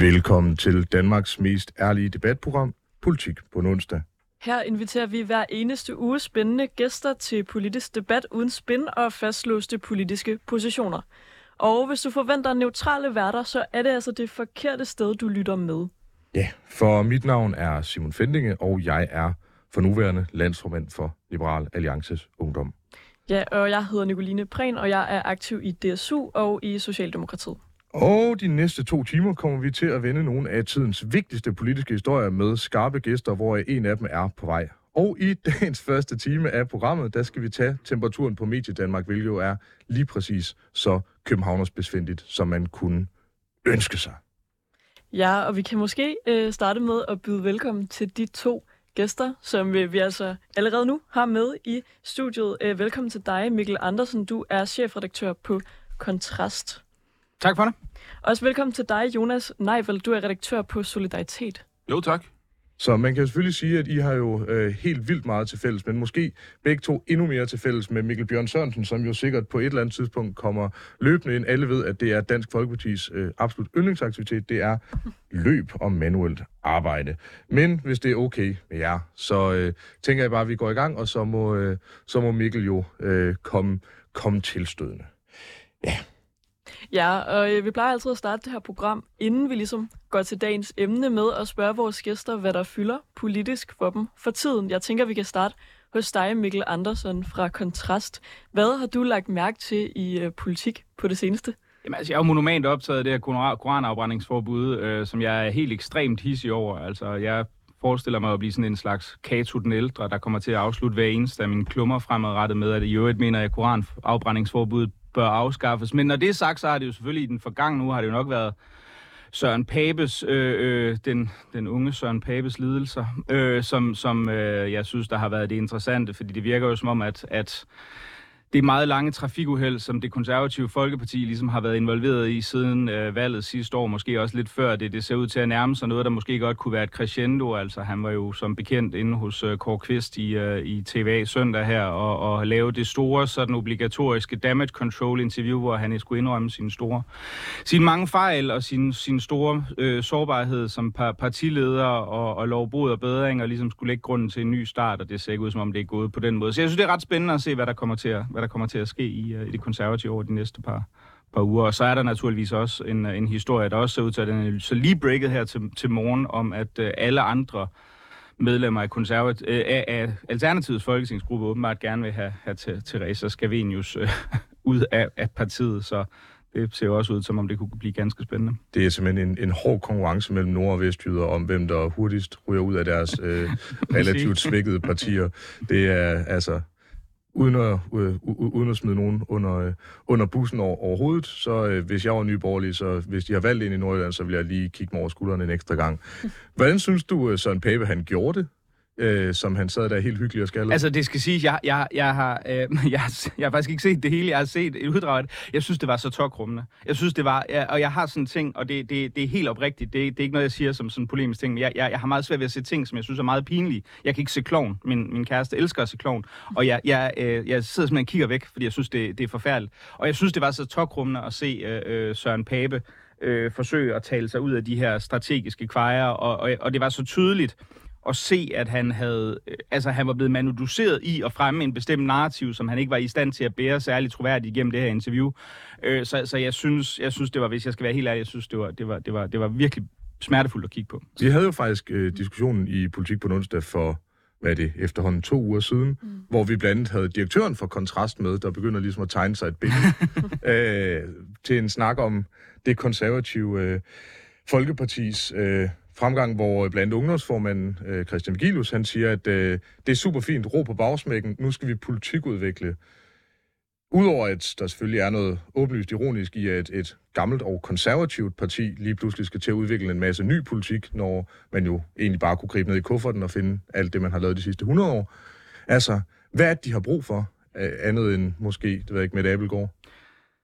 Velkommen til Danmarks mest ærlige debatprogram, Politik på en onsdag. Her inviterer vi hver eneste uge spændende gæster til politisk debat uden spin og fastlåste politiske positioner. Og hvis du forventer neutrale værter, så er det altså det forkerte sted, du lytter med. Ja, for mit navn er Simon Fendinge, og jeg er for nuværende landsformand for Liberal Alliances Ungdom. Ja, og jeg hedder Nicoline Prehn, og jeg er aktiv i DSU og i Socialdemokratiet. Og de næste 2 timer kommer vi til at vende nogle af tidens vigtigste politiske historier med skarpe gæster, hvor en af dem er på vej. Og i dagens første time af programmet, der skal vi tage temperaturen på Mediedanmark, hvilket jo er lige præcis så københavnersbesvindeligt, som man kunne ønske sig. Ja, og vi kan måske starte med at byde velkommen til de 2 gæster, som vi altså allerede nu har med i studiet. Velkommen til dig, Mikkel Andersen. Du er chefredaktør på Kontrast. Tak for det. Også velkommen til dig, Jonas Neifeld. Du er redaktør på Solidaritet. Jo, tak. Så man kan selvfølgelig sige, at I har jo helt vildt meget til fælles, men måske begge 2 endnu mere til fælles med Mikkel Bjørn Sørensen, som jo sikkert på et eller andet tidspunkt kommer løbende ind. Alle ved, at det er Dansk Folkepartis absolut yndlingsaktivitet. Det er løb og manuelt arbejde. Men hvis det er okay med jer, så tænker jeg bare, at vi går i gang, og så må Mikkel jo komme tilstødende. Ja. Ja, og vi plejer altid at starte det her program, inden vi ligesom går til dagens emne med at spørge vores gæster, hvad der fylder politisk for dem for tiden. Jeg tænker, vi kan starte hos dig, Mikkel Andersen fra Kontrast. Hvad har du lagt mærke til i politik på det seneste? Jamen, altså, jeg er jo monument optaget af det her koranafbrændingsforbud, som jeg er helt ekstremt hissig over. Altså, jeg forestiller mig at blive sådan en slags Kato den ældre, der kommer til at afslutte hver eneste af mine klummer fremadrettet med, at i øvrigt mener jeg, at koranafbrændingsforbuddet bør afskaffes. Men når det er sagt, så har det jo selvfølgelig i den forgangne uge, har det jo nok været Søren Papes, den unge Søren Papes lidelser, som jeg synes, der har været det interessante, fordi det virker jo som om, at det meget lange trafikuheld, som det konservative Folkeparti ligesom har været involveret i siden valget sidste år, måske også lidt før det ser ud til at nærme sig noget, der måske godt kunne være et crescendo. Altså han var jo som bekendt inde hos Kåre Kvist i TVA søndag her og lave det store, sådan obligatoriske damage control interview, hvor han skulle indrømme sine mange fejl og sin store sårbarhed som partileder og lovbrud og bedring, og ligesom skulle lægge grunden til en ny start, og det ser ikke ud som om det er gået på den måde. Så jeg synes, det er ret spændende at se, hvad der kommer til at ske i det konservative over de næste par uger. Og så er der naturligvis også en historie, der også ser ud til, at den er så lige breaket her til morgen, om at alle andre medlemmer af Alternativets folketingsgruppe åbenbart gerne vil have Theresa Scavenius ud af partiet, så det ser jo også ud, som om det kunne blive ganske spændende. Det er simpelthen en hård konkurrence mellem nord- og vestjyder om, hvem der hurtigst ryger ud af deres relativt svækkede partier. Det er altså uden at smide nogen under bussen overhovedet, så hvis jeg var nyborgerlig, så hvis de har valgt ind i Nordjylland, så vil jeg lige kigge mig over skuldrene en ekstra gang. Hvordan synes du, Søren Pape, han gjorde det? Som han sad der helt hyggelig og skaldede? Altså, det skal siges, jeg har faktisk ikke set det hele. Jeg har set et uddrag. Jeg synes, det var så tokrummende. Jeg synes, det var... og jeg har sådan ting, og det er helt oprigtigt. Det er ikke noget, jeg siger som sådan en polemisk ting, men jeg har meget svært ved at se ting, som jeg synes er meget pinlige. Jeg kan ikke se klovn. Min kæreste elsker at se klovn. Og jeg sidder simpelthen og kigger væk, fordi jeg synes, det er forfærdeligt. Og jeg synes, det var så tokrummende at se Søren Pape forsøge at tale sig ud af de her strategiske kvejer, og det var så tydeligt at se, at han var blevet manuduseret i at fremme en bestemt narrativ, som han ikke var i stand til at bære særligt troværdigt igennem det her interview. Så jeg synes, det var, hvis jeg skal være helt ærlig, jeg synes, det var virkelig smertefuldt at kigge på. Vi havde jo faktisk diskussionen i Politik på onsdag for, efterhånden 2 uger siden, hvor vi blandt andet havde direktøren for Kontrast med, der begynder ligesom at tegne sig et billede til en snak om det konservative Folkepartis fremgang, hvor blandt ungdomsformanden Christian Vigilius, han siger, at det er super fint, ro på bagsmækken, nu skal vi politikudvikle. Udover at der selvfølgelig er noget åbenlyst ironisk i, at et gammelt og konservativt parti lige pludselig skal til at udvikle en masse ny politik, når man jo egentlig bare kunne gribe ned i kufferten og finde alt det, man har lavet de sidste 100 år. Altså, hvad er det, de har brug for, andet end måske, det ved jeg ikke, Mette Abildgaard?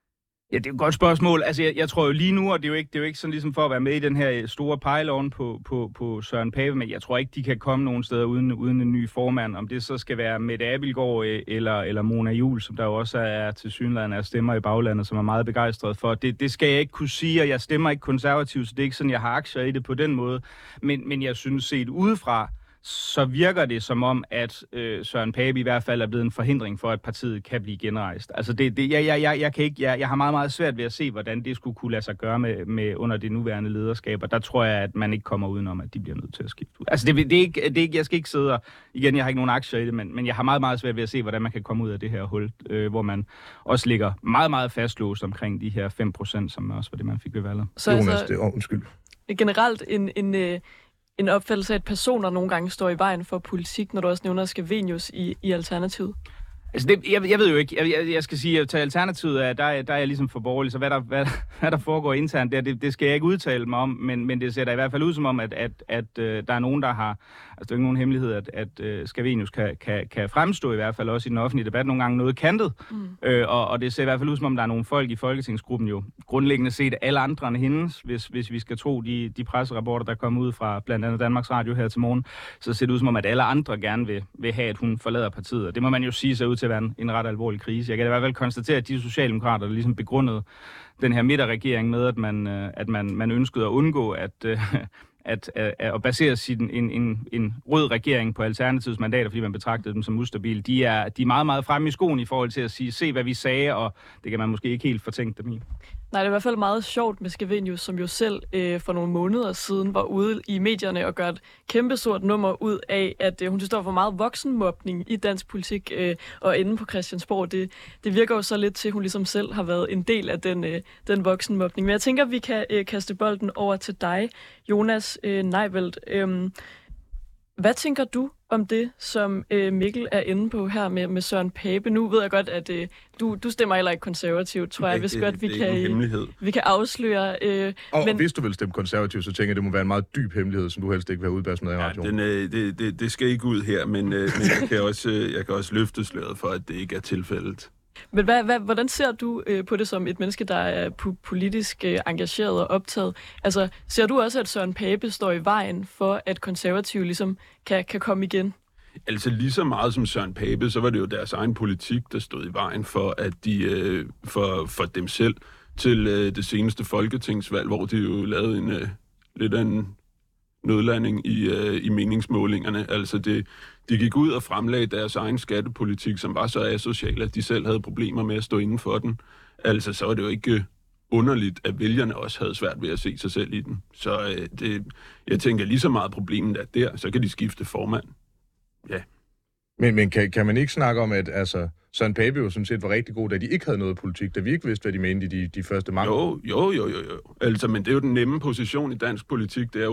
Ja, det er et godt spørgsmål. Altså, jeg tror jo lige nu, og det er jo ikke sådan ligesom for at være med i den her store pejleovn på Søren Pape, men jeg tror ikke, de kan komme nogen steder uden en ny formand. Om det så skal være Mette Abildgaard eller Mona Juul, som der jo også er tilsyneladende af stemmer i baglandet, som er meget begejstret for. Det skal jeg ikke kunne sige, og jeg stemmer ikke konservativt, så det er ikke sådan, jeg har aktier i det på den måde. Men jeg synes, set udefra, så virker det som om, at Søren Pape i hvert fald er blevet en forhindring for, at partiet kan blive genrejst. Altså jeg har meget, meget svært ved at se, hvordan det skulle kunne lade sig gøre med under det nuværende lederskab, og der tror jeg, at man ikke kommer udenom, at de bliver nødt til at skifte ud. Altså det er ikke, jeg skal ikke sidde og, igen, jeg har ikke nogen aktier i det, men jeg har meget, meget svært ved at se, hvordan man kan komme ud af det her hul, hvor man også ligger meget, meget fastlåst omkring de her 5%, som også var det, man fik ved valget. Så Jonas, altså, det er undskyld. Generelt en opfattelse af, at personer nogle gange står i vejen for politik, når du også nævner Scavenius i Alternativet? Altså jeg ved jo ikke, jeg skal sige, at til Alternativet, der er jeg ligesom for borgerlig, så hvad der foregår internt der, det skal jeg ikke udtale mig om, men det ser da i hvert fald ud som om, at der er nogen, der har, altså det er ikke nogen hemmelighed, at Scavenius kan fremstå i hvert fald også i den offentlige debat nogle gange noget kantet, og det ser i hvert fald ud som om, der er nogle folk i Folketingsgruppen jo grundlæggende set alle andre end hendes, hvis vi skal tro de presserapporter, der kommer ud fra blandt andet Danmarks Radio her til morgen, så ser det ud som om, at alle andre gerne vil have, at hun forlader partiet, og det må man jo sige sig ud til at være en ret alvorlig krise. Jeg kan i hvert fald konstatere, at de socialdemokrater, der ligesom begrundede den her midterregering med, at man ønskede at undgå at basere en rød regering på Alternativets mandater, fordi man betragtede dem som ustabile, de er meget, meget fremme i skoen i forhold til at sige, se hvad vi sagde, og det kan man måske ikke helt fortænke dem i. Nej, det er i hvert fald meget sjovt med Scavenius, som jo selv for nogle måneder siden var ude i medierne og gør et kæmpestort nummer ud af, at hun står for meget voksenmobning i dansk politik og inde på Christiansborg. Det virker jo så lidt til, at hun ligesom selv har været en del af den voksenmobning. Men jeg tænker, at vi kan kaste bolden over til dig, Jonas Neivelt. Hvad tænker du om det, som Mikkel er inde på her med Søren Pape? Nu ved jeg godt, at du stemmer heller ikke konservativt, tror jeg. Hvis godt vi kan afsløre. Men hvis du vil stemme konservativt, så tænker jeg, det må være en meget dyb hemmelighed, som du helst ikke vil have udbasset med i radioen. Det skal ikke ud her, men jeg kan også løfte sløret for, at det ikke er tilfældet. Men hvordan ser du på det som et menneske, der er politisk engageret og optaget? Altså, ser du også, at Søren Pape står i vejen for, at konservative ligesom kan komme igen? Altså lige så meget som Søren Pape, så var det jo deres egen politik, der stod i vejen for, at de for dem selv til det seneste folketingsvalg, hvor de jo lavede en lidt af en nødlanding i meningsmålingerne. Altså de gik ud og fremlagde deres egen skattepolitik, som var så asocial, at de selv havde problemer med at stå inden for den. Altså så var det jo ikke underligt, at vælgerne også havde svært ved at se sig selv i den. Så jeg tænker lige så meget problemet er der, så kan de skifte formand. Ja. Men kan man ikke snakke om, at altså, Søren Pape jo sådan set var rigtig god, da de ikke havde noget politik, da vi ikke vidste, hvad de mente i de første mange år? Jo. Altså, men det er jo den nemme position i dansk politik. Det er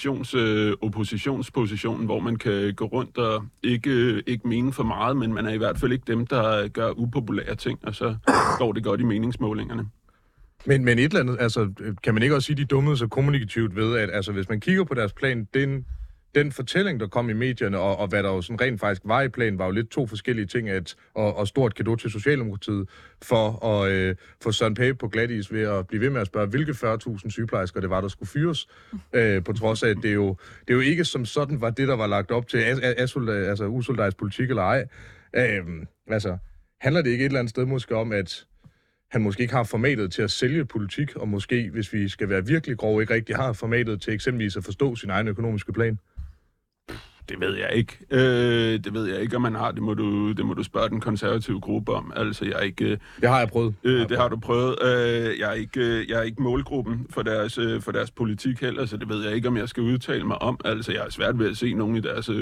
oppositionspositionen, hvor man kan gå rundt og ikke mene for meget, men man er i hvert fald ikke dem, der gør upopulære ting, og så går det godt i meningsmålingerne. Men et eller andet, altså, kan man ikke også sige, de dummede så kommunikativt ved, at altså, hvis man kigger på deres plan, den fortælling, der kom i medierne, og hvad der jo sådan rent faktisk var i planen, var jo lidt to forskellige ting, og stort cadeau til Socialdemokratiet for at få Søren Pape på glatis ved at blive ved med at spørge, hvilke 40.000 sygeplejersker det var, der skulle fyres, på trods af, at det jo ikke som sådan var det, der var lagt op til usolidarisk politik eller ej. Altså, handler det ikke et eller andet sted måske om, at han måske ikke har formatet til at sælge politik, og måske, hvis vi skal være virkelig grove, ikke rigtig har formatet til eksempelvis at forstå sin egen økonomiske plan? Det ved jeg ikke. Det ved jeg ikke, om man har. Det må du spørge den konservative gruppe om. Altså, jeg ikke... Det har jeg prøvet. Det har du prøvet. Jeg er ikke målgruppen for deres politik heller, så det ved jeg ikke, om jeg skal udtale mig om. Altså, jeg er svært ved at se nogen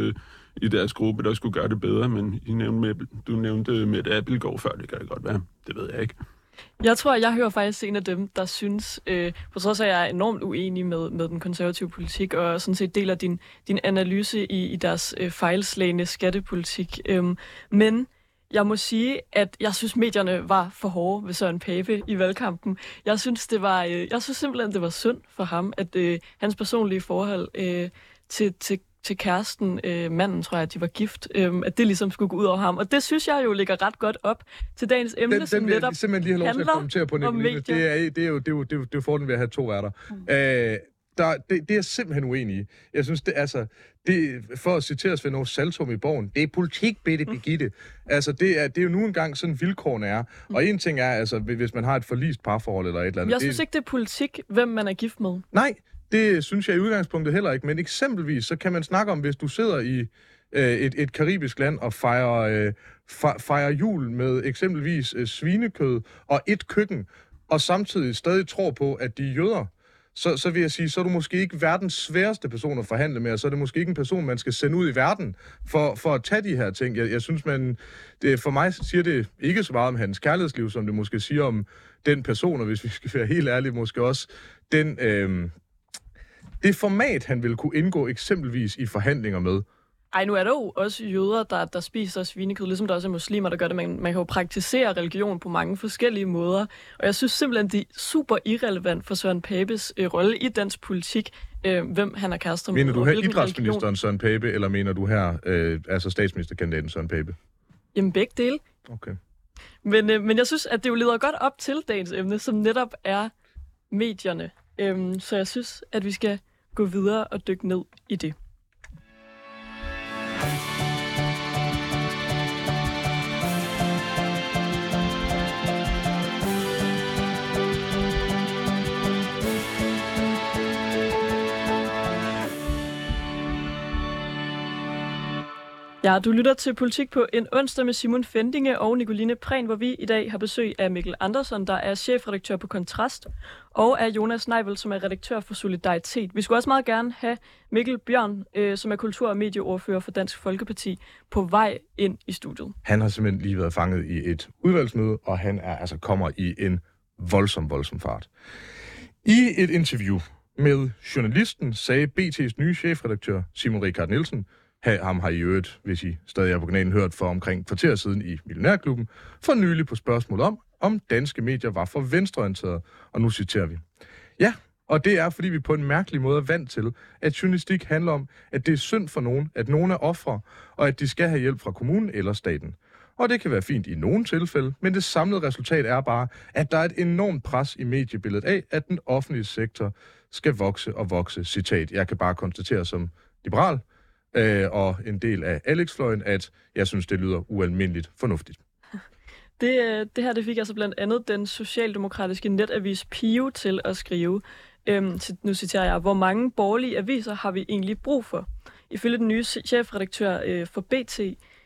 i deres gruppe, der skulle gøre det bedre, men du nævnte Mette Abildgaard før, det kan det godt være. Det ved jeg ikke. Jeg tror, jeg hører faktisk en af dem, der synes, på trods af, at jeg er enormt uenig med den konservative politik, og sådan set deler din analyse i deres fejlslagne skattepolitik. Men jeg må sige, at jeg synes, medierne var for hårde ved Søren Pape i valgkampen. Jeg synes simpelthen, det var synd for ham, at hans personlige forhold til kæresten, manden, tror jeg, at de var gift, at det ligesom skulle gå ud over ham. Og det synes jeg jo ligger ret godt op til dagens emne, som netop den simpelthen lige have lov til at kommentere på, Nicoline. Det er jo fordelen ved at have 2 værter. Det er jeg simpelthen uenig i. Jeg synes, for at citere Svend Aage Saltum i bogen, det er politik, Bette Birgitte. Altså, det er jo nu engang sådan vilkårene er. Og en ting er, altså, hvis man har et forlist parforhold eller et eller andet. Jeg synes ikke, det er politik, hvem man er gift med. Nej, det synes jeg i udgangspunktet heller ikke. Men eksempelvis, så kan man snakke om, hvis du sidder i et karibisk land og fejrer jul med eksempelvis svinekød og et køkken, og samtidig stadig tror på, at de er jøder, så vil jeg sige, så er du måske ikke verdens sværeste person at forhandle med, og så er det måske ikke en person, man skal sende ud i verden for at tage de her ting. Jeg synes, for mig siger det ikke så meget om hans kærlighedsliv, som det måske siger om den person, og hvis vi skal være helt ærlige, måske også det format, han ville kunne indgå eksempelvis i forhandlinger med. Ej, nu er der jo også jøder, der spiser svinekød, ligesom der også er muslimer, der gør det. Man kan jo praktisere religion på mange forskellige måder. Og jeg synes simpelthen, det er super irrelevant for Søren Papes rolle i dansk politik, hvem han er kærester med. Mener du her idrætsministeren Søren Pape, eller mener du her statsministerkandidaten Søren Pape? Jamen begge dele. Okay. Men jeg synes, at det jo leder godt op til dagens emne, som netop er medierne. Så jeg synes, at vi skal gå videre og dykke ned i det. Ja, du lytter til Politik på en onsdag med Simon Fendinge og Nicoline Prehn, hvor vi i dag har besøg af Mikkel Andersson, der er chefredaktør på Kontrast, og af Jonas Neivelt, som er redaktør for Solidaritet. Vi skulle også meget gerne have Mikkel Bjørn, som er kultur- og medieordfører for Dansk Folkeparti, på vej ind i studiet. Han har simpelthen lige været fanget i et udvalgsmøde, og han kommer i en voldsom fart. I et interview med journalisten sagde BT's nye chefredaktør, Simon Richard Nielsen, ham har I øvrigt, hvis I stadig er på kanalen, hørt for omkring kvarter siden i Millionærklubben, for nylig på spørgsmål om danske medier var for venstreorienterede. Og nu citerer vi. Ja, og det er, fordi vi på en mærkelig måde er vant til, at journalistik handler om, at det er synd for nogen, at nogen er ofre, og at de skal have hjælp fra kommunen eller staten. Og det kan være fint i nogle tilfælde, men det samlede resultat er bare, at der er et enormt pres i mediebilledet af, at den offentlige sektor skal vokse og vokse. Citat. Jeg kan bare konstatere som liberal, og en del af Alex-fløjen, at jeg synes, det lyder ualmindeligt fornuftigt. Det her fik altså blandt andet den socialdemokratiske netavis Pio til at skrive. Nu citerer jeg, hvor mange borgerlige aviser har vi egentlig brug for? Ifølge den nye chefredaktør for BT,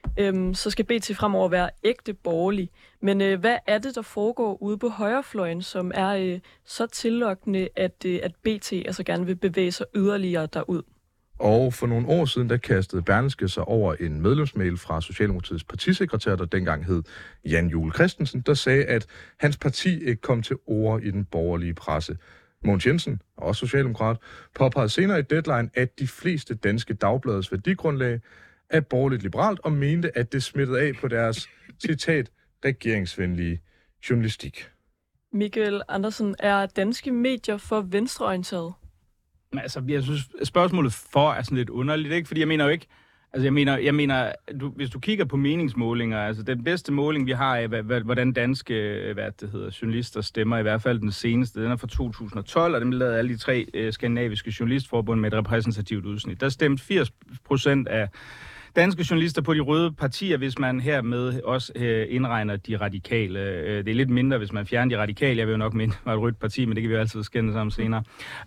så skal BT fremover være ægte borgerlig. Men hvad er det, der foregår ude på højrefløjen, som er så tillokkende, at BT altså gerne vil bevæge sig yderligere derud? Og for nogle år siden, der kastede Berlingske sig over en medlemsmail fra Socialdemokratiets partisekretær, der dengang hed Jan Juel Christensen, der sagde, at hans parti ikke kom til ord i den borgerlige presse. Mogens Jensen, også socialdemokrat, påpegede senere i Deadline, at de fleste danske dagbladets værdigrundlag er borgerligt liberalt, og mente, at det smittede af på deres, citat, regeringsvenlige journalistik. Mikkel Andersen, er danske medier for venstreorienterede? Altså, jeg synes, spørgsmålet for er sådan lidt underligt, ikke? Fordi jeg mener jo ikke... Altså, jeg mener hvis du kigger på meningsmålinger, altså den bedste måling, vi har af, hvordan danske journalister stemmer, i hvert fald den seneste, den er fra 2012, og den blev lavet af alle de 3 skandinaviske journalistforbund med et repræsentativt udsnit. Der stemte 80% af danske journalister på de røde partier, hvis man hermed også indregner de radikale. Det er lidt mindre, hvis man fjerner de radikale. Jeg vil jo nok mene, var et rødt parti, men det kan vi jo altid skænde sammen senere.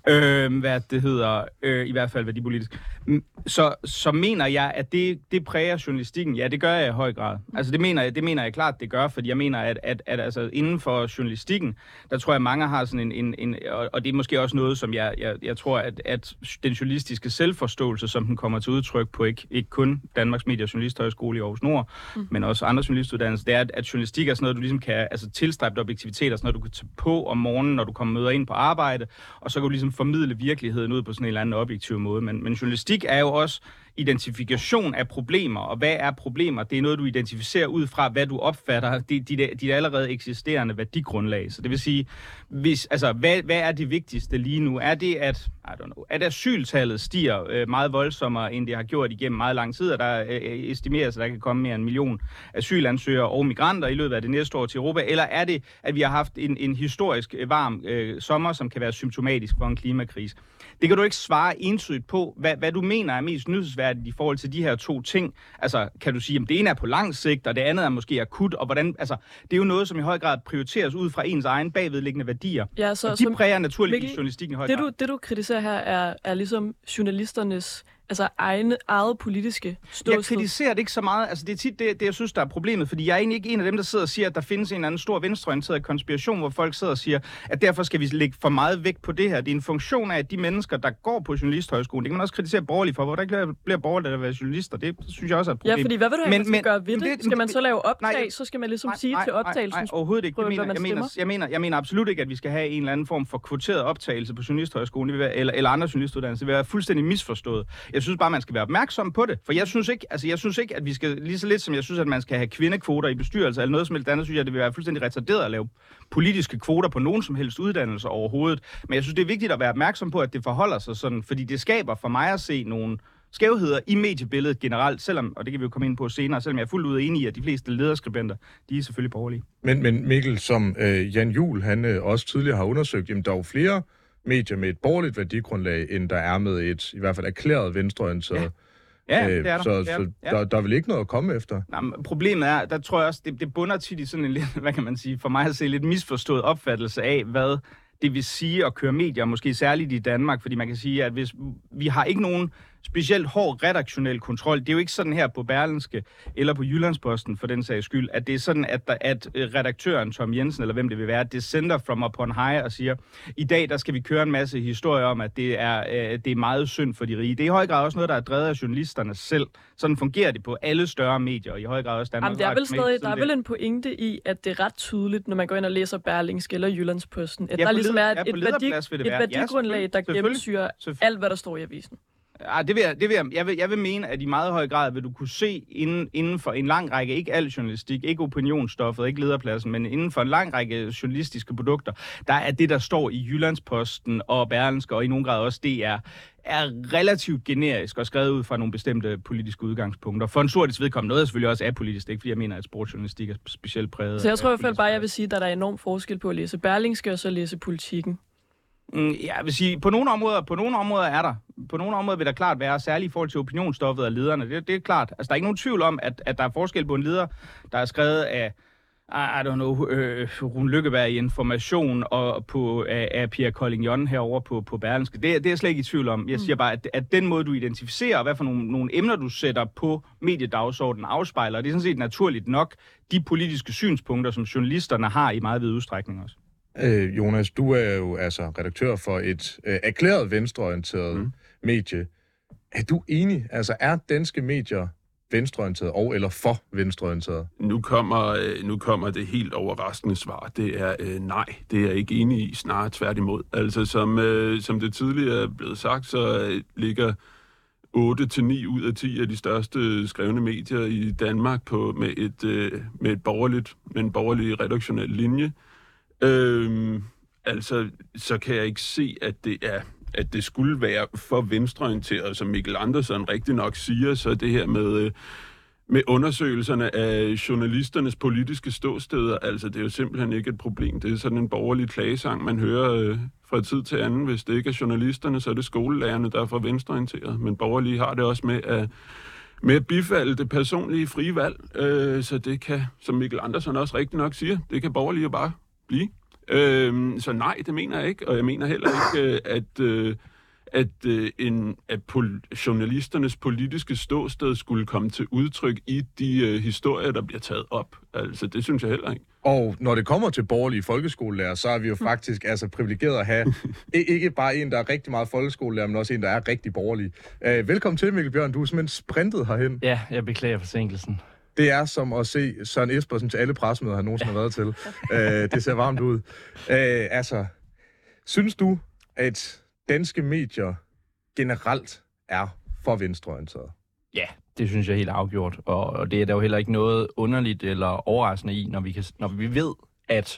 I hvert fald værdipolitisk. Så mener jeg, at det præger journalistikken. Ja, det gør jeg i høj grad. Altså det mener jeg klart, det gør, fordi jeg mener, at altså, inden for journalistikken, der tror jeg, mange har sådan en og det er måske også noget, som jeg tror, at den journalistiske selvforståelse, som den kommer til udtryk på ikke kun Danmarks Medie- og Journalisthøjskole i Aarhus Nord, men også andre journalistuddannelser, det er, at journalistik er sådan noget, du ligesom kan tilstræbe objektivitet, og sådan noget, du kan tage på om morgenen, når du kommer møder ind på arbejde, og så kan du ligesom formidle virkeligheden ud på sådan en eller anden objektiv måde. Men journalistik er jo også identifikation af problemer, og hvad er problemer? Det er noget, du identificerer ud fra, hvad du opfatter, dit allerede eksisterende værdigrundlag. Så det vil sige, hvad er det vigtigste lige nu? Er det, at asyltallet stiger meget voldsommere, end det har gjort igennem meget lang tid, og der estimeres, at der kan komme mere end 1 million asylansøgere og migranter i løbet af det næste år til Europa, eller er det, at vi har haft en historisk varm sommer, som kan være symptomatisk for en klimakrise? Det kan du ikke svare entydigt på, hvad du mener er mest nyhedsværdigt i forhold til de her 2 ting. Altså, kan du sige, at det ene er på lang sigt, og det andet er måske akut, og hvordan, det er jo noget, som i høj grad prioriteres ud fra ens egen bagvedliggende værdier. Ja, så, og de præger naturligvis journalistikken i høj grad. Det du kritiserer her, er ligesom journalisternes eget politiske ståsted. Jeg kritiserer det ikke så meget. Altså, det er tit det, jeg synes, der er problemet, fordi jeg er egentlig ikke en af dem, der sidder og siger, at der findes en eller anden stor venstreorienteret konspiration, hvor folk sidder og siger, at derfor skal vi lægge for meget vægt på det her. Det er en funktion af, at de mennesker, der går på journalisthøjskolen, det kan man også kritisere borgerlige for, hvor der ikke bliver borgerlige, der vil være journalister. Det synes jeg også er et problem. Ja, fordi hvad vil du have, man skal gøre ved det? Skal man så lave optag, så skal man ligesom sige til optagelsen? Nej, overhovedet ikke. Jeg mener absolut ikke, at vi skal have en eller anden form for kvoteret optagelse på journalisthøjskolen eller andre journalistuddannelser. Det vil være fuldstændig misforstået. Jeg synes bare, man skal være opmærksom på det. For jeg synes ikke, at vi skal, lige så lidt som jeg synes, at man skal have kvindekvoter i bestyrelser eller noget som helst andet, synes jeg, det vil være fuldstændig retarderet at lave politiske kvoter på nogen som helst uddannelse overhovedet. Men jeg synes, det er vigtigt at være opmærksom på, at det forholder sig sådan, fordi det skaber for mig at se nogle skævheder i mediebilledet generelt, selvom, og det kan vi jo komme ind på senere, selvom jeg er fuldt ud enig i, at de fleste lederskribenter, de er selvfølgelig borgerlige. Men Mikkel, som Jan Juhl, han også tidligere har undersøgt, jamen der er jo flere medier med et borgerligt værdigrundlag, end der er med et, i hvert fald erklæret venstreorienteret. Ja, det er der. Så der er vel ikke noget at komme efter? Nej, men problemet er, der tror jeg også, det bunder tit i sådan en lidt, hvad kan man sige, for mig at se lidt misforstået opfattelse af, hvad det vil sige at køre medier, måske særligt i Danmark, fordi man kan sige, at hvis vi har ikke nogen specielt hård redaktionel kontrol. Det er jo ikke sådan her på Berlingske eller på Jyllandsposten for den sags skyld, at det er sådan, at redaktøren Tom Jensen, eller hvem det vil være, det sender from upon high og siger, i dag der skal vi køre en masse historier om, at det er meget synd for de rige. Det er i høj grad også noget, der er drevet af journalisterne selv. Sådan fungerer det på alle større medier, og i høj grad også Danmark. Der er vel en pointe i, at det er ret tydeligt, når man går ind og læser Berlingske eller Jyllandsposten, at der ligesom er et værdigrundlag, der gennemsyrer alt, hvad der står i avisen. Jeg vil mene, at i meget høj grad vil du kunne se inden for en lang række, ikke al journalistik, ikke opinionsstoffet, ikke lederpladsen, men inden for en lang række journalistiske produkter, der er det, der står i Jyllandsposten og Berlingske, og i nogen grad også DR, er relativt generisk og skrevet ud fra nogle bestemte politiske udgangspunkter. For en stor del vedkommende noget er selvfølgelig også apolitisk, ikke fordi jeg mener, at sportsjournalistik er specielt præget. Så jeg tror i hvert fald bare, jeg vil sige, at der er enorm forskel på at læse Berlingske og så læse Politikken. Jeg vil sige, på nogle områder er der. På nogle områder vil der klart være, særligt i forhold til opinionsstoffet af lederne. Det er klart. Altså, der er ikke nogen tvivl om, at der er forskel på en leder, der er skrevet af Rune Lykkeberg i Information og af Pierre Collignon herovre på Berlingske. Det er jeg slet ikke i tvivl om. Jeg siger bare, at den måde, du identificerer, og hvad for nogle emner, du sætter på mediedagsordenen, afspejler, det er sådan set naturligt nok de politiske synspunkter, som journalisterne har i meget vid udstrækning også. Jonas, du er jo altså redaktør for et erklæret venstreorienteret medie. Er du enig? Altså, er danske medier venstreorienteret og eller for venstreorienteret? Nu kommer det helt overraskende svar. Det er nej. Det er jeg ikke enig i, snarere tværtimod. Altså, som det tidligere er blevet sagt, så ligger 8-9 ud af 10 af de største skrevne medier i Danmark med en borgerlig redaktionel linje. Så kan jeg ikke se, at det skulle være for venstreorienteret, som Mikkel Andersen rigtig nok siger, så det her med undersøgelserne af journalisternes politiske ståsteder, altså det er jo simpelthen ikke et problem. Det er sådan en borgerlig klagesang, man hører fra tid til anden. Hvis det ikke er journalisterne, så er det skolelærerne, der er for venstreorienteret. Men borgerlige har det også med at bifalde det personlige frie valg. Så det kan, som Mikkel Andersen også rigtig nok siger, det kan borgerlige jo bare blive. Så nej, det mener jeg ikke, og jeg mener heller ikke, journalisternes politiske ståsted skulle komme til udtryk i de historier, der bliver taget op. Altså, det synes jeg heller ikke. Og når det kommer til borgerlige folkeskolelærer, så er vi jo faktisk privilegeret at have ikke bare en, der er rigtig meget folkeskolelærer, men også en, der er rigtig borgerlig. Velkommen til, Mikkel Bjørn. Du er simpelthen sprintet herhen. Ja, jeg beklager forsinkelsen. Det er som at se Søren Espersen til alle pressemøder, han nogensinde har været til. Det ser varmt ud. Synes du, at danske medier generelt er for venstreorienteret? Ja, det synes jeg helt afgjort. Og det er der jo heller ikke noget underligt eller overraskende i, når vi ved, at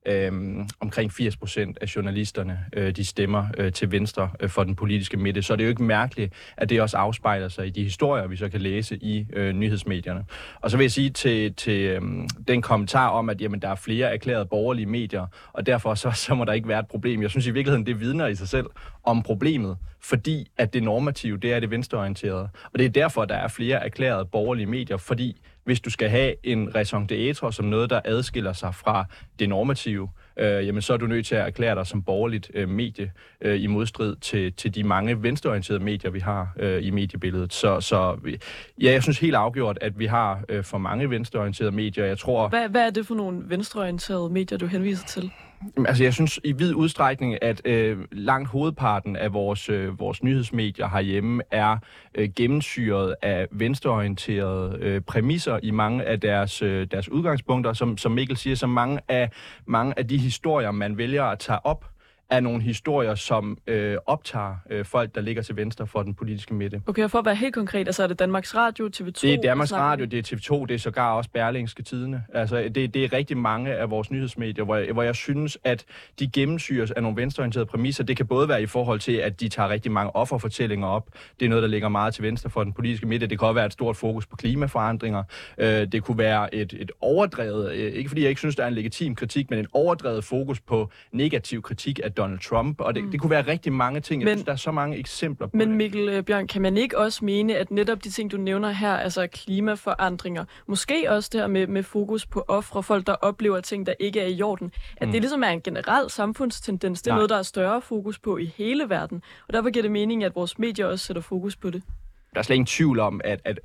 omkring 80% af journalisterne, de stemmer til venstre for den politiske midte. Så er det jo ikke mærkeligt, at det også afspejler sig i de historier, vi så kan læse i nyhedsmedierne. Og så vil jeg sige til den kommentar om, at jamen, der er flere erklærede borgerlige medier, og derfor så må der ikke være et problem. Jeg synes i virkeligheden, det vidner i sig selv om problemet, fordi at det normative, det er det venstreorienterede. Og det er derfor, der er flere erklærede borgerlige medier, fordi hvis du skal have en raison d'être som noget, der adskiller sig fra det normative, jamen så er du nødt til at erklære dig som borgerligt medie i modstrid til de mange venstreorienterede medier, vi har i mediebilledet. Så ja, jeg synes helt afgjort, at vi har for mange venstreorienterede medier. Jeg tror... Hvad er det for nogle venstreorienterede medier, du henviser til? Altså, jeg synes i vid udstrækning, at langt hovedparten af vores nyhedsmedier herhjemme er gennemsyret af venstreorienterede præmisser i mange af deres udgangspunkter. Som Mikkel siger, så mange af de historier, man vælger at tage op, er nogle historier, som optager folk, der ligger til venstre for den politiske midte. Okay, og for at være helt konkret, altså er det Danmarks Radio, TV2? Det er Danmarks Radio, det er TV2, det er sågar også Berlingske Tidende. Altså, det er rigtig mange af vores nyhedsmedier, hvor jeg synes, at de gennemsyres af nogle venstreorienterede præmisser. Det kan både være i forhold til, at de tager rigtig mange offerfortællinger op. Det er noget, der ligger meget til venstre for den politiske midte. Det kan også være et stort fokus på klimaforandringer. Det kunne være et overdrevet, ikke fordi jeg ikke synes, der er en legitim kritik, men en overdrevet fokus på negativ kritik af Donald Trump, og det kunne være rigtig mange ting. Jeg synes, der er så mange eksempler på Men Mikkel Bjørn, kan man ikke også mene, at netop de ting, du nævner her, altså klimaforandringer, måske også det her med fokus på ofre, folk, der oplever ting, der ikke er i orden, at det ligesom er en generel samfundstendens, det er noget, der er større fokus på i hele verden, og derfor giver det mening, at vores medier også sætter fokus på det. Der er slet ingen tvivl om,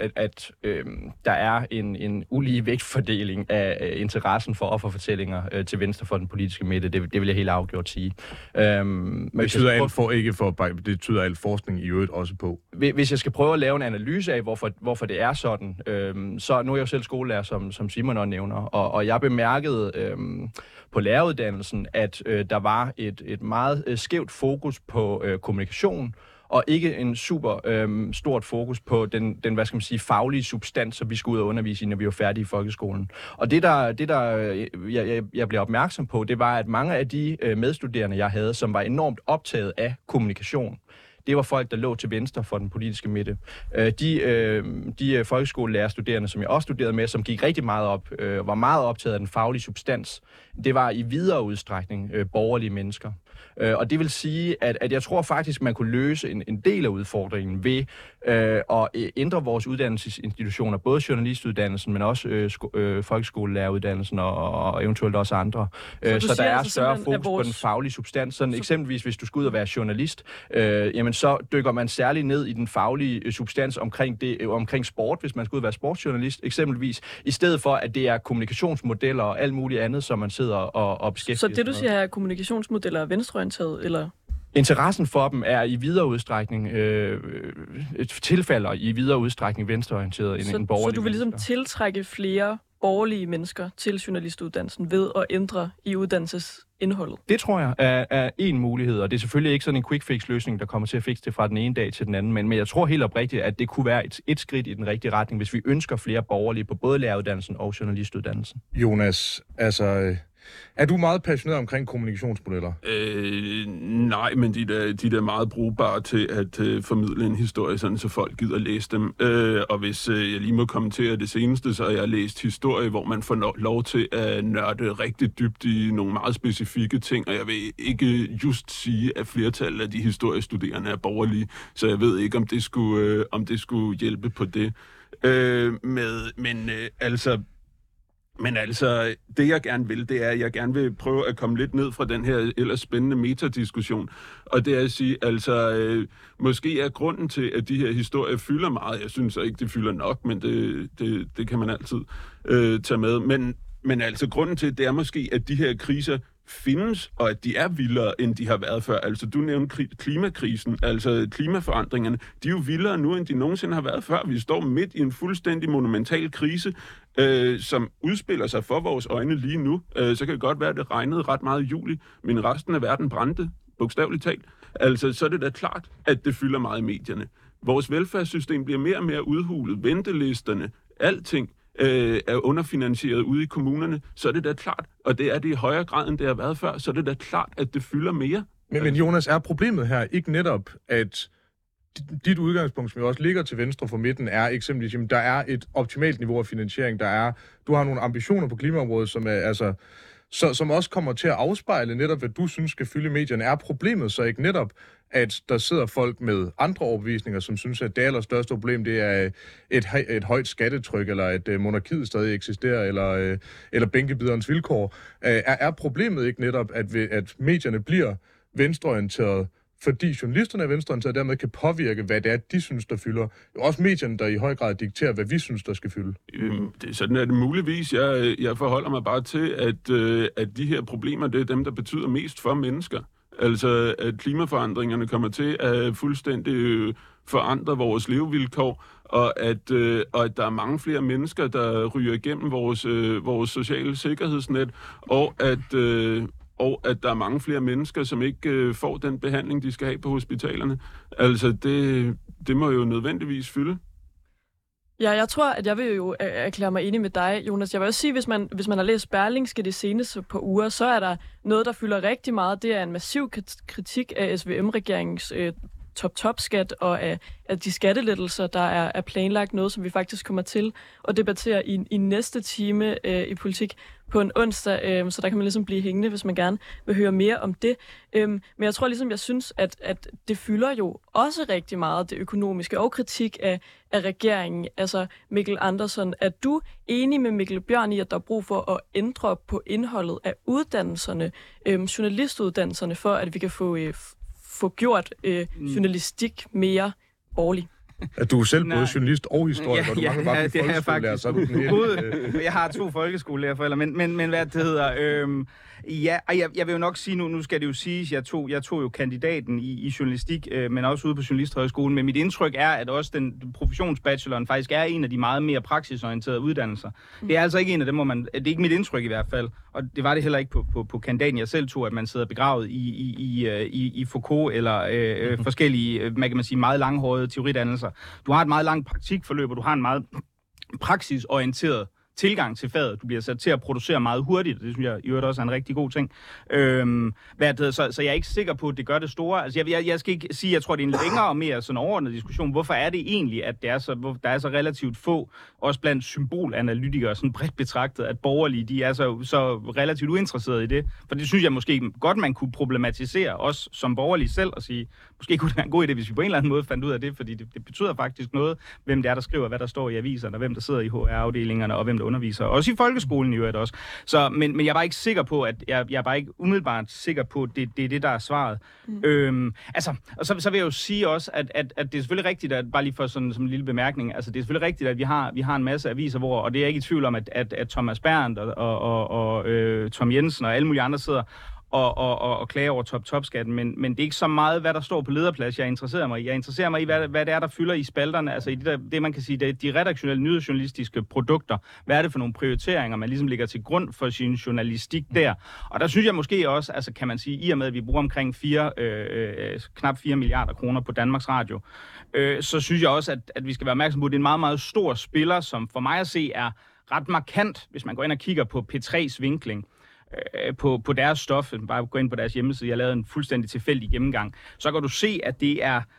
at der er en ulige vægtfordeling af interessen for offerfortællinger til venstre for den politiske midte. Det vil jeg helt afgjort sige. Det tyder al forskning i øvrigt også på. Hvis jeg skal prøve at lave en analyse af, hvorfor det er sådan, så nu er jeg jo selv skolelærer, som Simon også nævner, og jeg bemærkede på læreruddannelsen, at der var et meget skævt fokus på kommunikation, og ikke en super stort fokus på den hvad skal man sige, faglige substans, som vi skulle ud og undervise i, når vi var færdige i folkeskolen. Og det jeg blev opmærksom på, det var, at mange af de medstuderende, jeg havde, som var enormt optaget af kommunikation, det var folk, der lå til venstre for den politiske midte. De folkeskolelærerstuderende, som jeg også studerede med, som gik rigtig meget op, var meget optaget af den faglige substans, det var i videre udstrækning borgerlige mennesker. Og det vil sige, at jeg tror faktisk, man kunne løse en del af udfordringen ved at ændre vores uddannelsesinstitutioner, både journalistuddannelsen, men også folkeskolelæreruddannelsen og eventuelt også andre. Så der er større fokus på den faglige substans. Sådan eksempelvis, hvis du skal ud og være journalist, jamen så dykker man særligt ned i den faglige substans omkring sport, hvis man skal ud og være sportsjournalist eksempelvis, i stedet for, at det er kommunikationsmodeller og alt muligt andet, som man sidder og beskæftiger sig med. Så det, du siger, er kommunikationsmodeller er venstreorienteret, eller? Interessen for dem er i videre udstrækning, tilfælder i videre udstrækning venstreorienteret end borgerlige. Så du vil ligesom tiltrække flere borgerlige mennesker til journalistuddannelsen ved at ændre i uddannelsesindholdet? Det tror jeg er en mulighed, og det er selvfølgelig ikke sådan en quick fix løsning, der kommer til at fikse det fra den ene dag til den anden, men jeg tror helt oprigtigt, at det kunne være et skridt i den rigtige retning, hvis vi ønsker flere borgerlige på både læreruddannelsen og journalistuddannelsen. Jonas, altså... Er du meget passioneret omkring kommunikationsmodeller? Nej, men de er meget brugbare til at formidle en historie, sådan så folk gider læse dem. Og hvis jeg lige må kommentere det seneste, så har jeg læst historie, hvor man får lov til at nørde rigtig dybt i nogle meget specifikke ting, og jeg vil ikke just sige, at flertallet af de historiestuderende er borgerlige, så jeg ved ikke, om det skulle hjælpe på det. Altså... Men altså, det jeg gerne vil, det er, at jeg gerne vil prøve at komme lidt ned fra den her ellers spændende metadiskussion. Og det er at sige, altså, måske er grunden til, at de her historier fylder meget. Jeg synes ikke, de fylder nok, men det kan man altid tage med. Men altså, grunden til, det er måske, at de her kriser findes, og at de er vildere, end de har været før. Altså, du nævnte klimakrisen, altså klimaforandringerne. De er jo vildere nu, end de nogensinde har været før. Vi står midt i en fuldstændig monumental krise, som udspiller sig for vores øjne lige nu. Så kan det godt være, at det regnede ret meget i juli, men resten af verden brændte, bogstaveligt talt. Altså, så er det da klart, at det fylder meget i medierne. Vores velfærdssystem bliver mere og mere udhulet. Ventelisterne, alting er underfinansieret ude i kommunerne, så er det da klart, og det er det i højere grad, end det har været før, så er det da klart, at det fylder mere. Men Jonas, er problemet her ikke netop, at dit udgangspunkt, som jo også ligger til venstre for midten, er eksempelvis, at der er et optimalt niveau af finansiering, du har nogle ambitioner på klimaområdet, som er som også kommer til at afspejle netop, hvad du synes skal fylde medierne. Er problemet så ikke netop, at der sidder folk med andre overbevisninger, som synes, at det allerstørste problem, det er et højt skattetryk, eller at monarkiet stadig eksisterer, eller bænkebiderens vilkår? Er problemet ikke netop, at medierne bliver venstreorienteret, fordi journalisterne er venstreorienteret, dermed kan påvirke, hvad det er, de synes, der fylder? Også medierne, der i høj grad dikterer, hvad vi synes, der skal fylde. Sådan er det muligvis. Jeg forholder mig bare til, at de her problemer, det er dem, der betyder mest for mennesker. Altså, at klimaforandringerne kommer til at fuldstændig forandre vores levevilkår, og at der er mange flere mennesker, der ryger igennem vores sociale sikkerhedsnet, og at der er mange flere mennesker, som ikke får den behandling, de skal have på hospitalerne. Altså, det må jo nødvendigvis fylde. Ja, jeg tror, at jeg vil jo erklære mig enig med dig, Jonas. Jeg vil også sige, hvis man har læst Berlingske de seneste par uger, så er der noget, der fylder rigtig meget. Det er en massiv kritik af SVM-regeringens top-skat og af de skattelettelser, der er planlagt, noget, som vi faktisk kommer til at debattere i næste time i politik på en onsdag, så der kan man ligesom blive hængende, hvis man gerne vil høre mere om det. Men jeg tror ligesom, jeg synes, at det fylder jo også rigtig meget, det økonomiske og kritik af regeringen. Altså Mikkel Andersen, er du enig med Mikkel Bjørn i, at der er brug for at ændre på indholdet af uddannelserne, journalistuddannelserne, for at vi kan få gjort journalistik mere borgerlig? At du er selv både journalist og historiker, du mangler bare en folkeskolelærer, så er du den hele... Jeg har 2 folkeskolelærerforældre, men hvad det hedder... Ja, og jeg vil jo nok sige nu skal det jo siges, jeg tog jo kandidaten i journalistik, men også ude på Journalisthøjskolen, men mit indtryk er, at også den professionsbacheloren faktisk er en af de meget mere praksisorienterede uddannelser. Det er altså ikke en af dem, hvor det er ikke mit indtryk i hvert fald, og det var det heller ikke på kandidaten, jeg selv tog, at man sidder begravet i Foucault eller forskellige, man kan sige, meget langhårede teoridannelser. Du har et meget langt praktikforløb, og du har en meget praksisorienteret tilgang til faget. Du bliver sat til at producere meget hurtigt, det synes jeg i øvrigt også er en rigtig god ting. Så jeg er ikke sikker på, at det gør det store. Altså, jeg skal ikke sige, at jeg tror, det er en længere og mere sådan overordnet diskussion. Hvorfor er det egentlig, at der er så relativt få, også blandt symbolanalytikere, sådan bredt betragtet, at borgerlige, de er så relativt uinteresserede i det? For det synes jeg måske godt, man kunne problematisere, også som borgerlige selv, og sige, måske kunne det være en god idé, hvis vi på en eller anden måde fandt ud af det, fordi det betyder faktisk noget, hvem det er, der skriver, hvad der står i aviserne, og hvem der sidder i HR-afdelingerne, og hvem der underviser. Også i folkeskolen i øvrigt også. Så, men jeg er bare ikke sikker på, at jeg er bare ikke umiddelbart sikker på, at det er det, der er svaret. Og så vil jeg jo sige også, at det er selvfølgelig rigtigt, at bare lige for sådan som en lille bemærkning, altså det er selvfølgelig rigtigt, at vi har en masse aviser, og det er jeg ikke i tvivl om, at Thomas Berndt og Tom Jensen og alle mulige andre sidder og klage over top-skatten, men det er ikke så meget, hvad der står på lederplads, jeg interesserer mig i. Jeg interesserer mig i, hvad det er, der fylder i spalterne, altså i det man kan sige, det er de redaktionelle nyhedsjournalistiske produkter. Hvad er det for nogle prioriteringer, man ligesom ligger til grund for sin journalistik der? Og der synes jeg måske også, altså kan man sige, i og med, at vi bruger omkring knap 4 milliarder kroner på Danmarks Radio, så synes jeg også, at vi skal være opmærksom på, at det er en meget, meget stor spiller, som for mig at se er ret markant, hvis man går ind og kigger på P3's vinkling på deres stof, bare gå ind på deres hjemmeside, jeg lavede en fuldstændig tilfældig gennemgang, så kan du se, at det er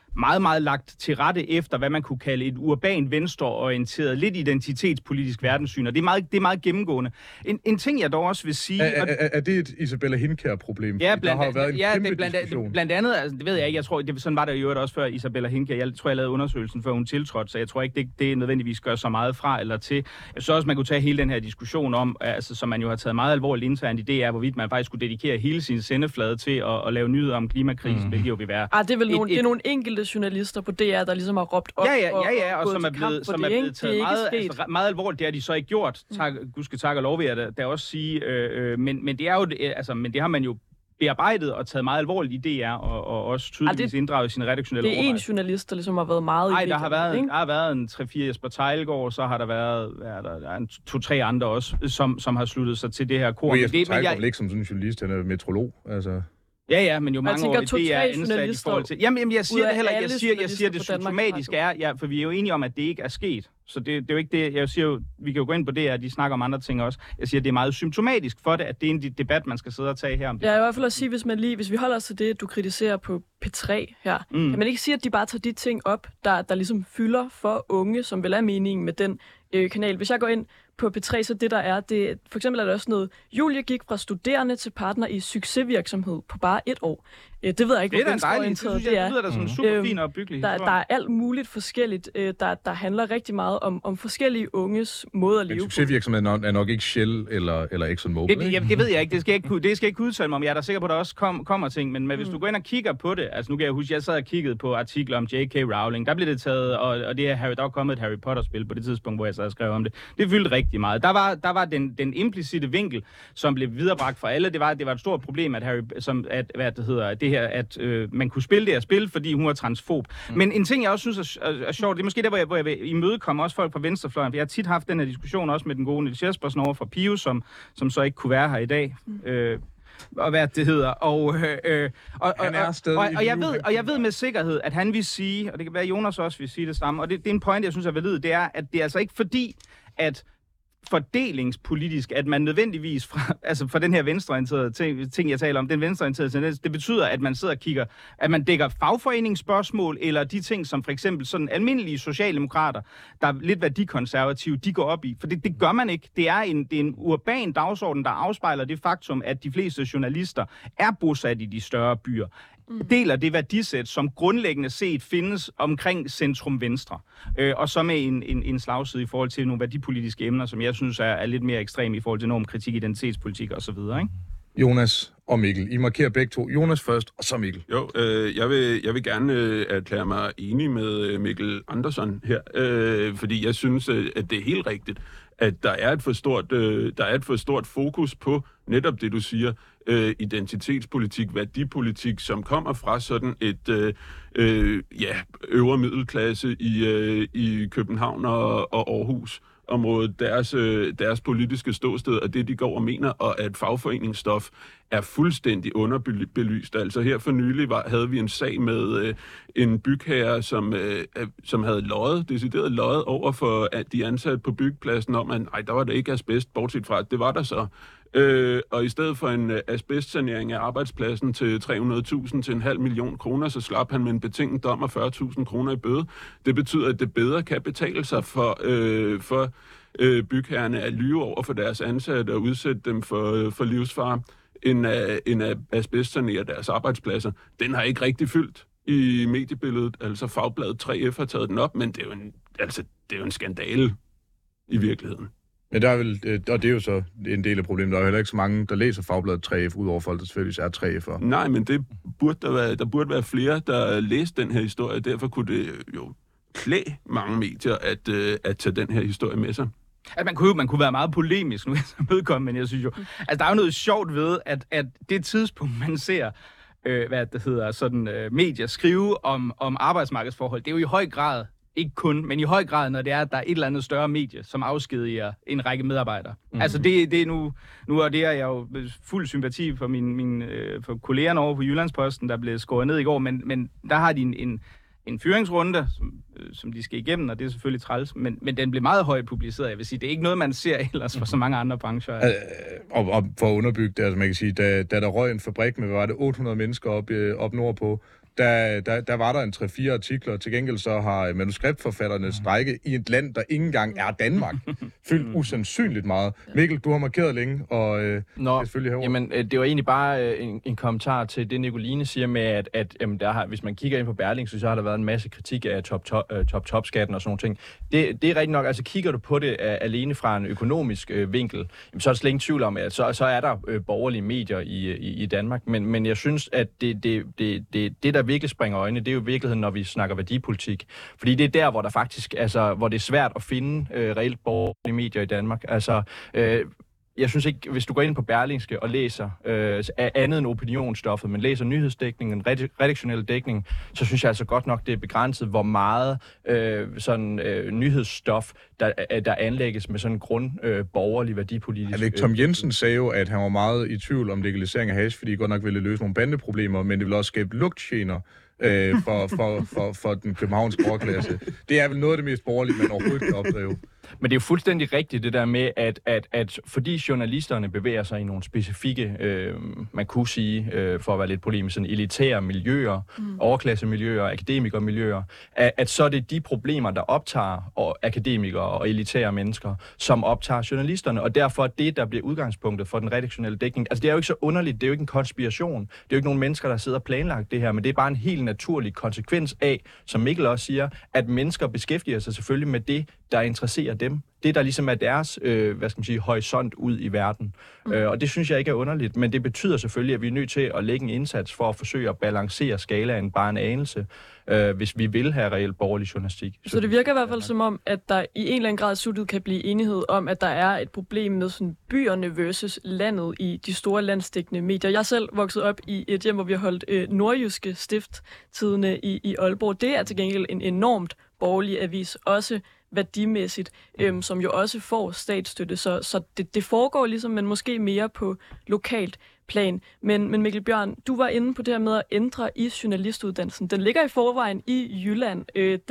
meget, meget lagt til rette efter, hvad man kunne kalde et urban venstreorienteret, lidt identitetspolitisk verdenssyn, og det er meget gennemgående. En ting, jeg dog også vil sige... Er det et Isabella Hindkjær-problem? Ja, der har jo været en kæmpe diskussion. Blandt andet, altså, det ved jeg ikke, jeg tror, sådan var der jo også før Isabella Hindkjær. Jeg tror, jeg lavede undersøgelsen, før hun tiltrådte, så jeg tror ikke, det nødvendigvis gør så meget fra eller til. Jeg synes også, man kunne tage hele den her diskussion om, altså, som man jo har taget meget alvorligt internt i det, er, hvorvidt man faktisk skulle dedikere hele sin sendeflade til at lave nyheder om klimakrisen, hvilket jo vil være... Det er vel det er nogle enkelte journalister på DR, der ligesom har råbt op og som er blevet taget meget alvorligt. Det har de så ikke gjort. Tak og lov vil jeg da også sige. Men det er jo, altså, men det har man jo bearbejdet og taget meget alvorligt i DR, og også tydeligvis inddraget sine redaktionelle overvejelser. Det er en journalist, der ligesom har været meget i det. Der har været en 3-4 Jesper Teilgaard, så har der været der er 2-3 andre også, som har sluttet sig til det her kor. Jesper Teilgaard vel ikke som sådan en journalist, han er meteorolog, altså... Ja, men jo mange år det er indsat i forhold til... Jamen, jeg siger det heller ikke. Jeg siger det symptomatiske er, for vi er jo enige om, at det ikke er sket. Så det er jo ikke det. Jeg siger jo, vi kan jo gå ind på det, at de snakker om andre ting også. Jeg siger, det er meget symptomatisk for det, at det er en debat, man skal sidde og tage her om det. Ja, i hvert fald at sige, hvis vi holder os til det, du kritiserer på P3 her, kan man ikke sige, at de bare tager de ting op, der ligesom fylder for unge, som vel er meningen med den kanal. Hvis jeg går ind på P3, så det der er, det for eksempel er der også noget, Julie gik fra studerende til partner i succesvirksomhed på bare 1 år. Det ved jeg ikke, hvor venstreorienteret det er. Det lyder da sådan super fin og byggelig. Der er alt muligt forskelligt, der handler rigtig meget om forskellige unges måde at leve på. Men succesvirksomheden er nok ikke Shell eller ExxonMobil, ikke? Det ved jeg ikke. Det skal ikke udtale mig om. Jeg er da sikker på, at der også kommer ting. Men hvis du går ind og kigger på det, altså nu kan jeg huske, jeg sad og kiggede på artikler om J.K. Rowling. Der blev det taget, og det er der var kommet et Harry Potter-spil på det tidspunkt, hvor jeg sad og skrev om det. Det fyldte rigtig meget. Der var den implicitte vinkel, som blev viderebragt fra alle. Det var et stort problem, at man kunne spille det her spil, fordi hun var transfob. Men en ting, jeg også synes er sjovt, det er måske der, hvor jeg vil imødekomme også folk fra venstrefløjen, for jeg har tit haft den her diskussion også med den gode Niels Jespersen over fra Pio, som så ikke kunne være her i dag. Og hvad det hedder. Og jeg ved med sikkerhed, at han vil sige, og det kan være, Jonas også vil sige det samme, og det er en point, jeg synes er valid, det er, at det er altså ikke fordi, at fordelingspolitisk, at man nødvendigvis fra den her venstreorienterede ting, jeg taler om, den venstreorienterede tendens, det betyder, at man sidder og kigger, at man dækker fagforeningsspørgsmål, eller de ting, som for eksempel sådan almindelige socialdemokrater, der er lidt værdikonservative, de går op i. For det gør man ikke. Det er en urban dagsorden, der afspejler det faktum, at de fleste journalister er bosat i de større byer. Deler det værdisæt, som grundlæggende set findes omkring centrum venstre. Og så med en slagside i forhold til nogle værdipolitiske emner, som jeg synes er lidt mere ekstreme i forhold til normkritik, identitetspolitik osv., ikke? Jonas og Mikkel. I markerer begge to. Jonas først, og så Mikkel. Jo, jeg vil gerne erklære mig enig med Mikkel Andersen her, fordi jeg synes, at det er helt rigtigt, at der er et for stort fokus på netop det, du siger, identitetspolitik, værdipolitik, som kommer fra sådan et øvre middelklasse i København og Aarhus området, deres politiske ståsted og det, de går og mener, og at fagforeningsstof er fuldstændig underbelyst. Altså her for nylig havde vi en sag med en bygherre, som havde decideret løjet over for at de ansatte på byggepladsen om, at der var der ikke asbest, bortset fra, at det var der så. Og i stedet for en asbestsanering af arbejdspladsen til 300.000 til 500.000 kroner, så slap han med en betinget dom af 40.000 kroner i bøde. Det betyder, at det bedre kan betale sig for bygherrerne at lyve over for deres ansatte og udsætte dem for livsfare, end at asbestsanere deres arbejdspladser. Den har ikke rigtig fyldt i mediebilledet. Altså Fagbladet 3F har taget den op, men det er jo en skandale i virkeligheden. Men der er vel, og det er jo så en del af problemet, der er heller ikke så mange, der læser Fagbladet 3F, udover folk, der selvfølgelig er 3F'ere. Nej, men der burde være flere, der læste den her historie, derfor kunne det jo klæde mange medier at tage den her historie med sig. Altså, man kunne være meget polemisk nu, men jeg synes jo, altså der er jo noget sjovt ved, at det tidspunkt, man ser medier skrive om arbejdsmarkedsforhold, det er jo i høj grad, ikke kun, men i høj grad, når det er, at der er et eller andet større medie, som afskediger en række medarbejdere. Mm-hmm. Altså det er nu er det jeg jo fuld sympati for for kollegerne over på Jyllandsposten, der blev skåret ned i går, men der har de en fyringsrunde, som de skal igennem, og det er selvfølgelig træls, men den blev meget højt publiceret. Jeg vil sige, det er ikke noget, man ser ellers for så mange andre brancher. Og for at underbygge det, altså man kan sige, da der røg en fabrik med, 800 mennesker op nordpå, der var der en 3-4 artikler. Til gengæld så har manuskriptforfatterne strejket i et land, der ikke engang er Danmark, fyldt usandsynligt meget. Mikkel, du har markeret længe, og selvfølgelig herovre. Jamen, det var egentlig bare en kommentar til det, Nicoline siger med, at hvis man kigger ind på Berlingske, så har der været en masse kritik af top-skatten og sådan nogle ting. Det er rigtigt nok, altså kigger du på det alene fra en økonomisk vinkel, jamen, så er der slet ingen tvivl om, at så er der borgerlige medier i Danmark, men jeg synes, at det der virkelig springer øjnene, det er jo i virkeligheden, når vi snakker værdipolitik. Fordi det er der, hvor der faktisk, altså, hvor det er svært at finde reelt borgerlige medier i Danmark. Altså, jeg synes ikke, hvis du går ind på Berlingske og læser andet end opinionsstoffet, men læser nyhedsdækningen, redaktionelle dækning, så synes jeg altså godt nok, det er begrænset, hvor meget nyhedsstof, der anlægges med sådan en borgerlig værdipolitisk... Tom Jensen sagde jo, at han var meget i tvivl om legalisering af hash, fordi godt nok ville løse nogle bandeproblemer, men det ville også skabe lugtgener for den københavnske overklasse. Det er vel noget af det mest borgerlige, man overhovedet kan opdrive. Men det er jo fuldstændig rigtigt, det der med, at fordi journalisterne bevæger sig i nogle specifikke, man kunne sige, for at være lidt polemisk, sådan elitære miljøer, overklassemiljøer, akademikermiljøer, at så er det de problemer, der optager akademikere og elitære mennesker, som optager journalisterne, og derfor er det, der bliver udgangspunktet for den redaktionelle dækning. Altså det er jo ikke så underligt, det er jo ikke en konspiration, det er jo ikke nogen mennesker, der sidder og planlagt det her, men det er bare en helt naturlig konsekvens af, som Mikkel også siger, at mennesker beskæftiger sig selvfølgelig med det, der interesserer dem. Det, der ligesom er deres, horisont ud i verden. Og det synes jeg ikke er underligt, men det betyder selvfølgelig, at vi er nødt til at lægge en indsats for at forsøge at balancere skalaen bare en anelse, hvis vi vil have reelt borgerlig journalistik. Så det virker i hvert fald som om, at der i en eller anden grad sluttet kan blive enighed om, at der er et problem med sådan byerne versus landet i de store landsdækkende medier. Jeg er selv vokset op i et hjem, hvor vi har holdt nordjyske stifttidene i Aalborg. Det er til gengæld en enormt borgerlig avis, også værdimæssigt, som jo også får statsstøtte. Så det foregår ligesom, men måske mere på lokalt plan. Men Mikkel Bjørn, du var inde på det her med at ændre i journalistuddannelsen. Den ligger i forvejen i Jylland,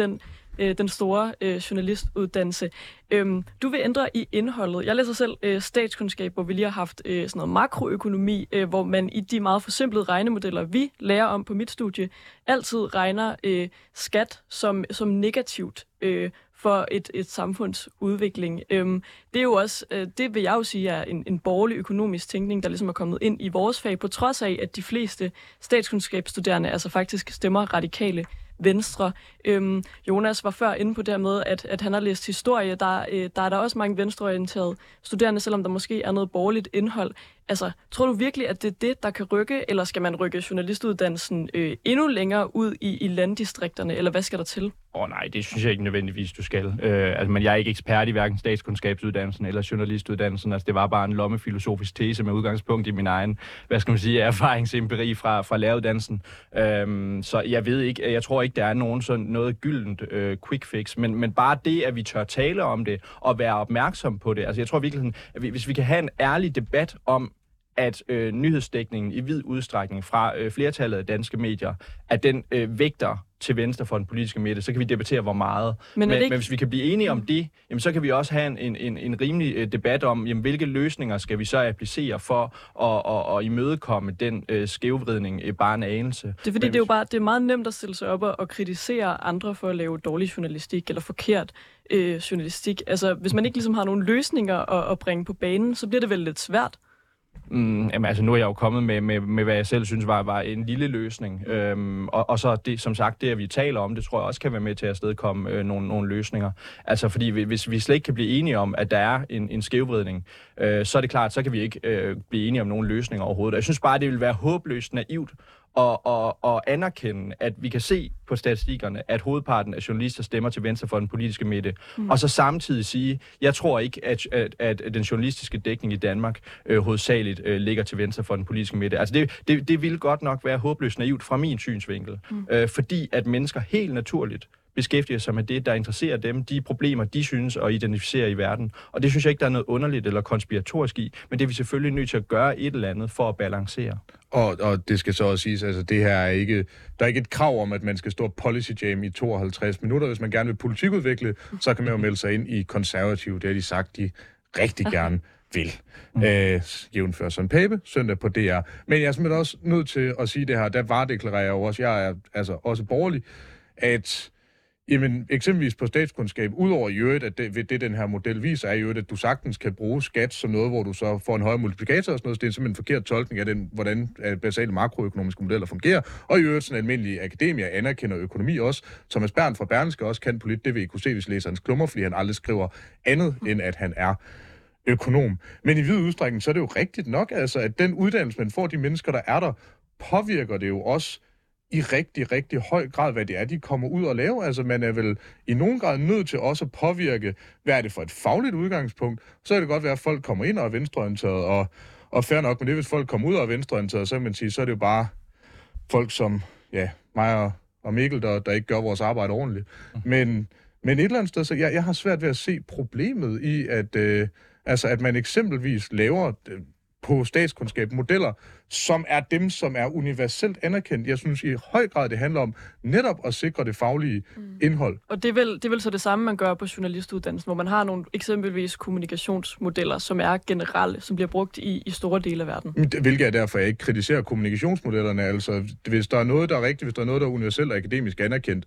den store journalistuddannelse. Du vil ændre i indholdet. Jeg læser selv statskundskab, hvor vi lige har haft sådan noget makroøkonomi, hvor man i de meget forsimplede regnemodeller, vi lærer om på mit studie, altid regner skat som negativt for et samfunds udvikling. Det er jo også, det vil jeg jo sige, er en borgerlig økonomisk tænkning, der ligesom er kommet ind i vores fag, på trods af, at de fleste statskundskabsstuderende altså faktisk stemmer radikale Venstre. Jonas var før inde på det her med, at han har læst historie. Der er der også mange venstreorienterede studerende, selvom der måske er noget borgerligt indhold. Altså, tror du virkelig, at det er det, der kan rykke, eller skal man rykke journalistuddannelsen endnu længere ud i landdistrikterne, eller hvad skal der til? Nej, det synes jeg ikke nødvendigvis, du skal. Men jeg er ikke ekspert i hverken statskundskabsuddannelsen eller journalistuddannelsen. Altså, det var bare en lommefilosofisk tese med udgangspunkt i min egen, erfaringsempiri fra læreruddannelsen. Så jeg ved ikke, jeg tror ikke, der er nogen sådan noget gyldent quick fix, men bare det, at vi tør tale om det og være opmærksom på det. Altså, jeg tror virkelig, at hvis vi kan have en ærlig debat om, at nyhedsdækningen i vid udstrækning fra flertallet af danske medier, at den vægter til venstre for den politiske midte, så kan vi debattere, hvor meget. Men hvis vi kan blive enige om det, jamen, så kan vi også have en rimelig debat om, jamen, hvilke løsninger skal vi så applicere for at imødekomme den skævvridning bare en anelse. Det er fordi, det er meget nemt at stille sig op og kritisere andre for at lave dårlig journalistik eller forkert journalistik. Altså, hvis man ikke ligesom har nogle løsninger at bringe på banen, så bliver det vel lidt svært. Jamen, altså, nu er jeg jo kommet med hvad jeg selv synes var en lille løsning. Og så det, som sagt, det at vi taler om, det tror jeg også kan være med til at afstedkomme nogle løsninger. Altså, fordi hvis vi slet ikke kan blive enige om, at der er en skævvridning, så er det klart, så kan vi ikke blive enige om nogle løsninger overhovedet. Jeg synes bare, det vil være håbløst naivt og anerkende, at vi kan se på statistikkerne, at hovedparten af journalister stemmer til venstre for den politiske midte, og så samtidig sige, jeg tror ikke, at den journalistiske dækning i Danmark hovedsageligt ligger til venstre for den politiske midte. Altså det ville godt nok være håbløst naivt fra min synsvinkel, fordi at mennesker helt naturligt beskæftiger sig med det, der interesserer dem, de problemer, de synes at identificere i verden. Og det synes jeg ikke, der er noget underligt eller konspiratorisk i, men det er vi selvfølgelig nødt til at gøre et eller andet for at balancere. Og det skal så også siges, altså det her er ikke, der er ikke et krav om, at man skal stå og policy jam i 52 minutter. Hvis man gerne vil politikudvikle, så kan man jo melde sig ind i konservative. Det har de sagt, de rigtig gerne vil. Jævnfør Søren Pape, søndag på DR. Men jeg er simpelthen også nødt til at sige det her, der varedeklarerer jeg jo også, jeg er altså også borgerlig, at jamen, eksempelvis på statskundskab, udover i øvrigt, at det den her model viser, er i øvrigt, at du sagtens kan bruge skat som noget, hvor du så får en højere multiplikator og sådan noget, så det er simpelthen en forkert tolkning af hvordan basale makroøkonomiske modeller fungerer, og i øvrigt sådan almindelige akademier anerkender økonomi også. Thomas Bernt fra Berlingske også kan på lidt, det vil I kunne se, hvis læser hans klummer, fordi han aldrig skriver andet, end at han er økonom. Men i vid udstrækning, så er det jo rigtigt nok, altså, at den uddannelse, man får, de mennesker, der er der, påvirker det jo også i rigtig, rigtig høj grad, hvad det er, de kommer ud og laver. Altså, man er vel i nogen grad nødt til også at påvirke, hvad er det for et fagligt udgangspunkt. Så er det godt være, at folk kommer ind og er venstreorienteret, og fair nok, men det hvis folk kommer ud og er venstreorienteret, så kan man sige, så er det jo bare folk som, ja, mig og Mikkel, der ikke gør vores arbejde ordentligt. Men et eller andet sted, så jeg har svært ved at se problemet i, at man eksempelvis laver på statskundskab modeller, som er dem, som er universelt anerkendt. Jeg synes i høj grad, det handler om netop at sikre det faglige indhold. Og det er vel så det samme, man gør på journalistuddannelsen, hvor man har nogle eksempelvis kommunikationsmodeller, som er generelle, som bliver brugt i store dele af verden. Hvilket er derfor, jeg ikke kritiserer kommunikationsmodellerne. Altså, hvis der er noget, der er rigtigt, hvis der er noget, der er universelt og akademisk anerkendt,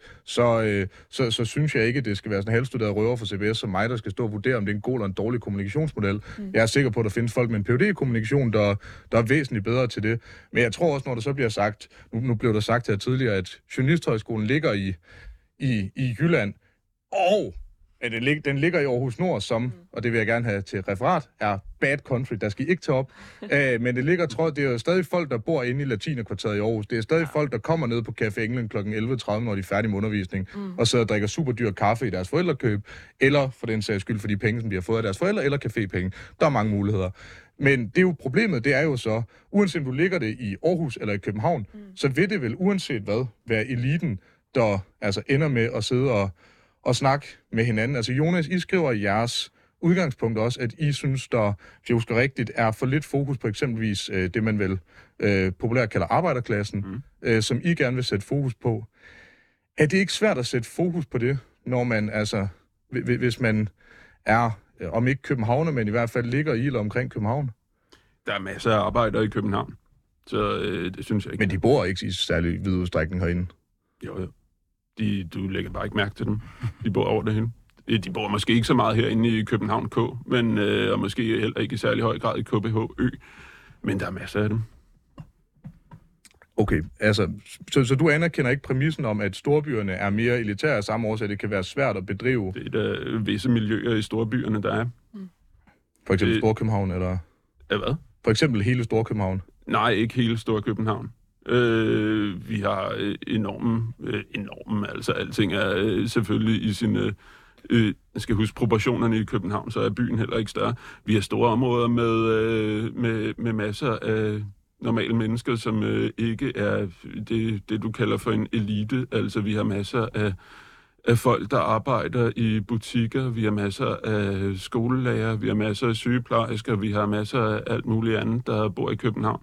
så synes jeg ikke, det skal være sådan en halvstuderet røver for CBS som mig, der skal stå og vurdere, om det er en god eller en dårlig kommunikationsmodel. Jeg er sikker på, at der findes folk med en PhD-kommunikation, der er væsentligt bedre til det. Men jeg tror også, når der så bliver sagt, nu blev der sagt her tidligere, at Journalisthøjskolen ligger i Jylland, og at den ligger i Aarhus Nord, som, og det vil jeg gerne have til referat, er bad country, der skal I ikke tage op. Men det er jo stadig folk, der bor inde i Latinerkvarteret i Aarhus. Det er stadig folk, der kommer ned på Café England kl. 11.30, når de er færdige med undervisning, og sidder og drikker super dyr kaffe i deres forældrekøb, eller for den sags skyld for de penge, som de har fået af deres forældre, eller cafépenge. Der er mange muligheder. Men det er jo problemet, det er jo så, uanset om du ligger det i Aarhus eller i København, så vil det vel uanset hvad være eliten, der altså ender med at sidde og snakke med hinanden. Altså Jonas, I skriver i jeres udgangspunkt også, at I synes, der, hvis jeg husker rigtigt, er for lidt fokus på eksempelvis det, man vel populært kalder arbejderklassen, som I gerne vil sætte fokus på. Er det ikke svært at sætte fokus på det, når man altså, hvis man er om ikke københavner, men i hvert fald ligger i eller omkring København? Der er masser af arbejdere i København, så det synes jeg ikke. Men de bor ikke i særlig vid udstrækning herinde? Jo. Du lægger bare ikke mærke til dem. De bor over det hele. De bor måske ikke så meget herinde i København K, men og måske heller ikke i særlig høj grad i KBH Ø, men der er masser af dem. Okay, altså, så du anerkender ikke præmissen om, at storbyerne er mere elitære af samme årsag, at det kan være svært at bedrive? Det er der visse miljøer i storbyerne, der er. For eksempel Storkøbenhavn, eller? Ja, hvad? For eksempel hele Storkøbenhavn? Nej, ikke hele Storkøbenhavn. Vi har enorme, altså alting er selvfølgelig i sin... jeg skal huske proportionerne i København, så er byen heller ikke større. Vi har store områder med masser af normale mennesker, som ikke er det, du kalder for en elite. Altså, vi har masser af folk, der arbejder i butikker, vi har masser af skolelærer, vi har masser af sygeplejersker, vi har masser af alt muligt andet, der bor i København.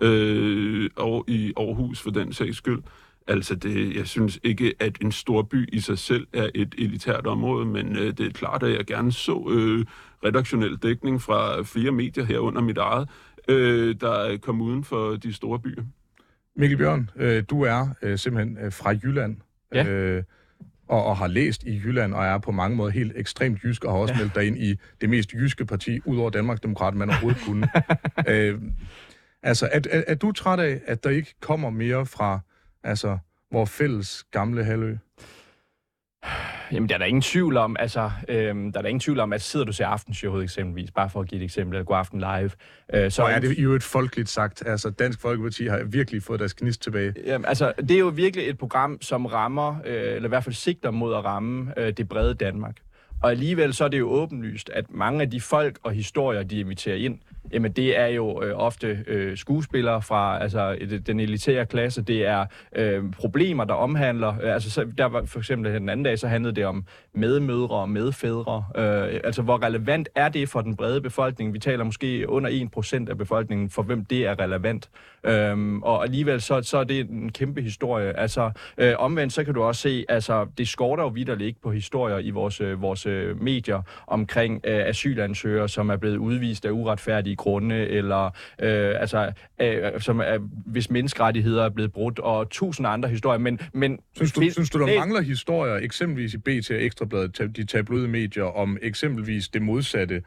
Og i Aarhus for den sags skyld. Altså, jeg synes ikke, at en storby i sig selv er et elitært område, men det er klart, at jeg gerne så redaktionel dækning fra flere medier herunder mit eget, der kom uden for de store byer. Mikkel Bjørn, du er simpelthen fra Jylland, og har læst i Jylland, og er på mange måder helt ekstremt jysk, og har også meldt dig ind i det mest jyske parti, ud over Danmarksdemokraterne, man overhovedet kunne. Altså, er du træt af, at der ikke kommer mere fra vores fælles gamle halvø? Jamen, der er der ingen tvivl om, at sidder du til Aftenshowet eksempelvis, bare for at give et eksempel, eller God Aften Live. Så er det jo et folkeligt sagt. Altså, Dansk Folkeparti har virkelig fået deres gnist tilbage. Jamen, altså, det er jo virkelig et program, som rammer, eller i hvert fald sigter mod at ramme det brede Danmark. Og alligevel så er det jo åbenlyst, at mange af de folk og historier, de inviterer ind, Jamen, det er jo ofte skuespillere fra den elitære klasse. Det er problemer, der omhandler... der var for eksempel den anden dag, så handlede det om medmødre og medfædre. Hvor relevant er det for den brede befolkning? Vi taler måske under 1% af befolkningen, for hvem det er relevant. Og alligevel så er det en kæmpe historie. Omvendt, så kan du også se, det skorter jo vitterligt ikke på historier i vores medier omkring asylansøgere, som er blevet udvist af uretfærdige grunde, eller hvis menneskerettigheder er blevet brudt, og 1000 andre historier. Men synes du, der mangler historier, eksempelvis i BT og Ekstrabladet, de tabloide medier, om eksempelvis det modsatte,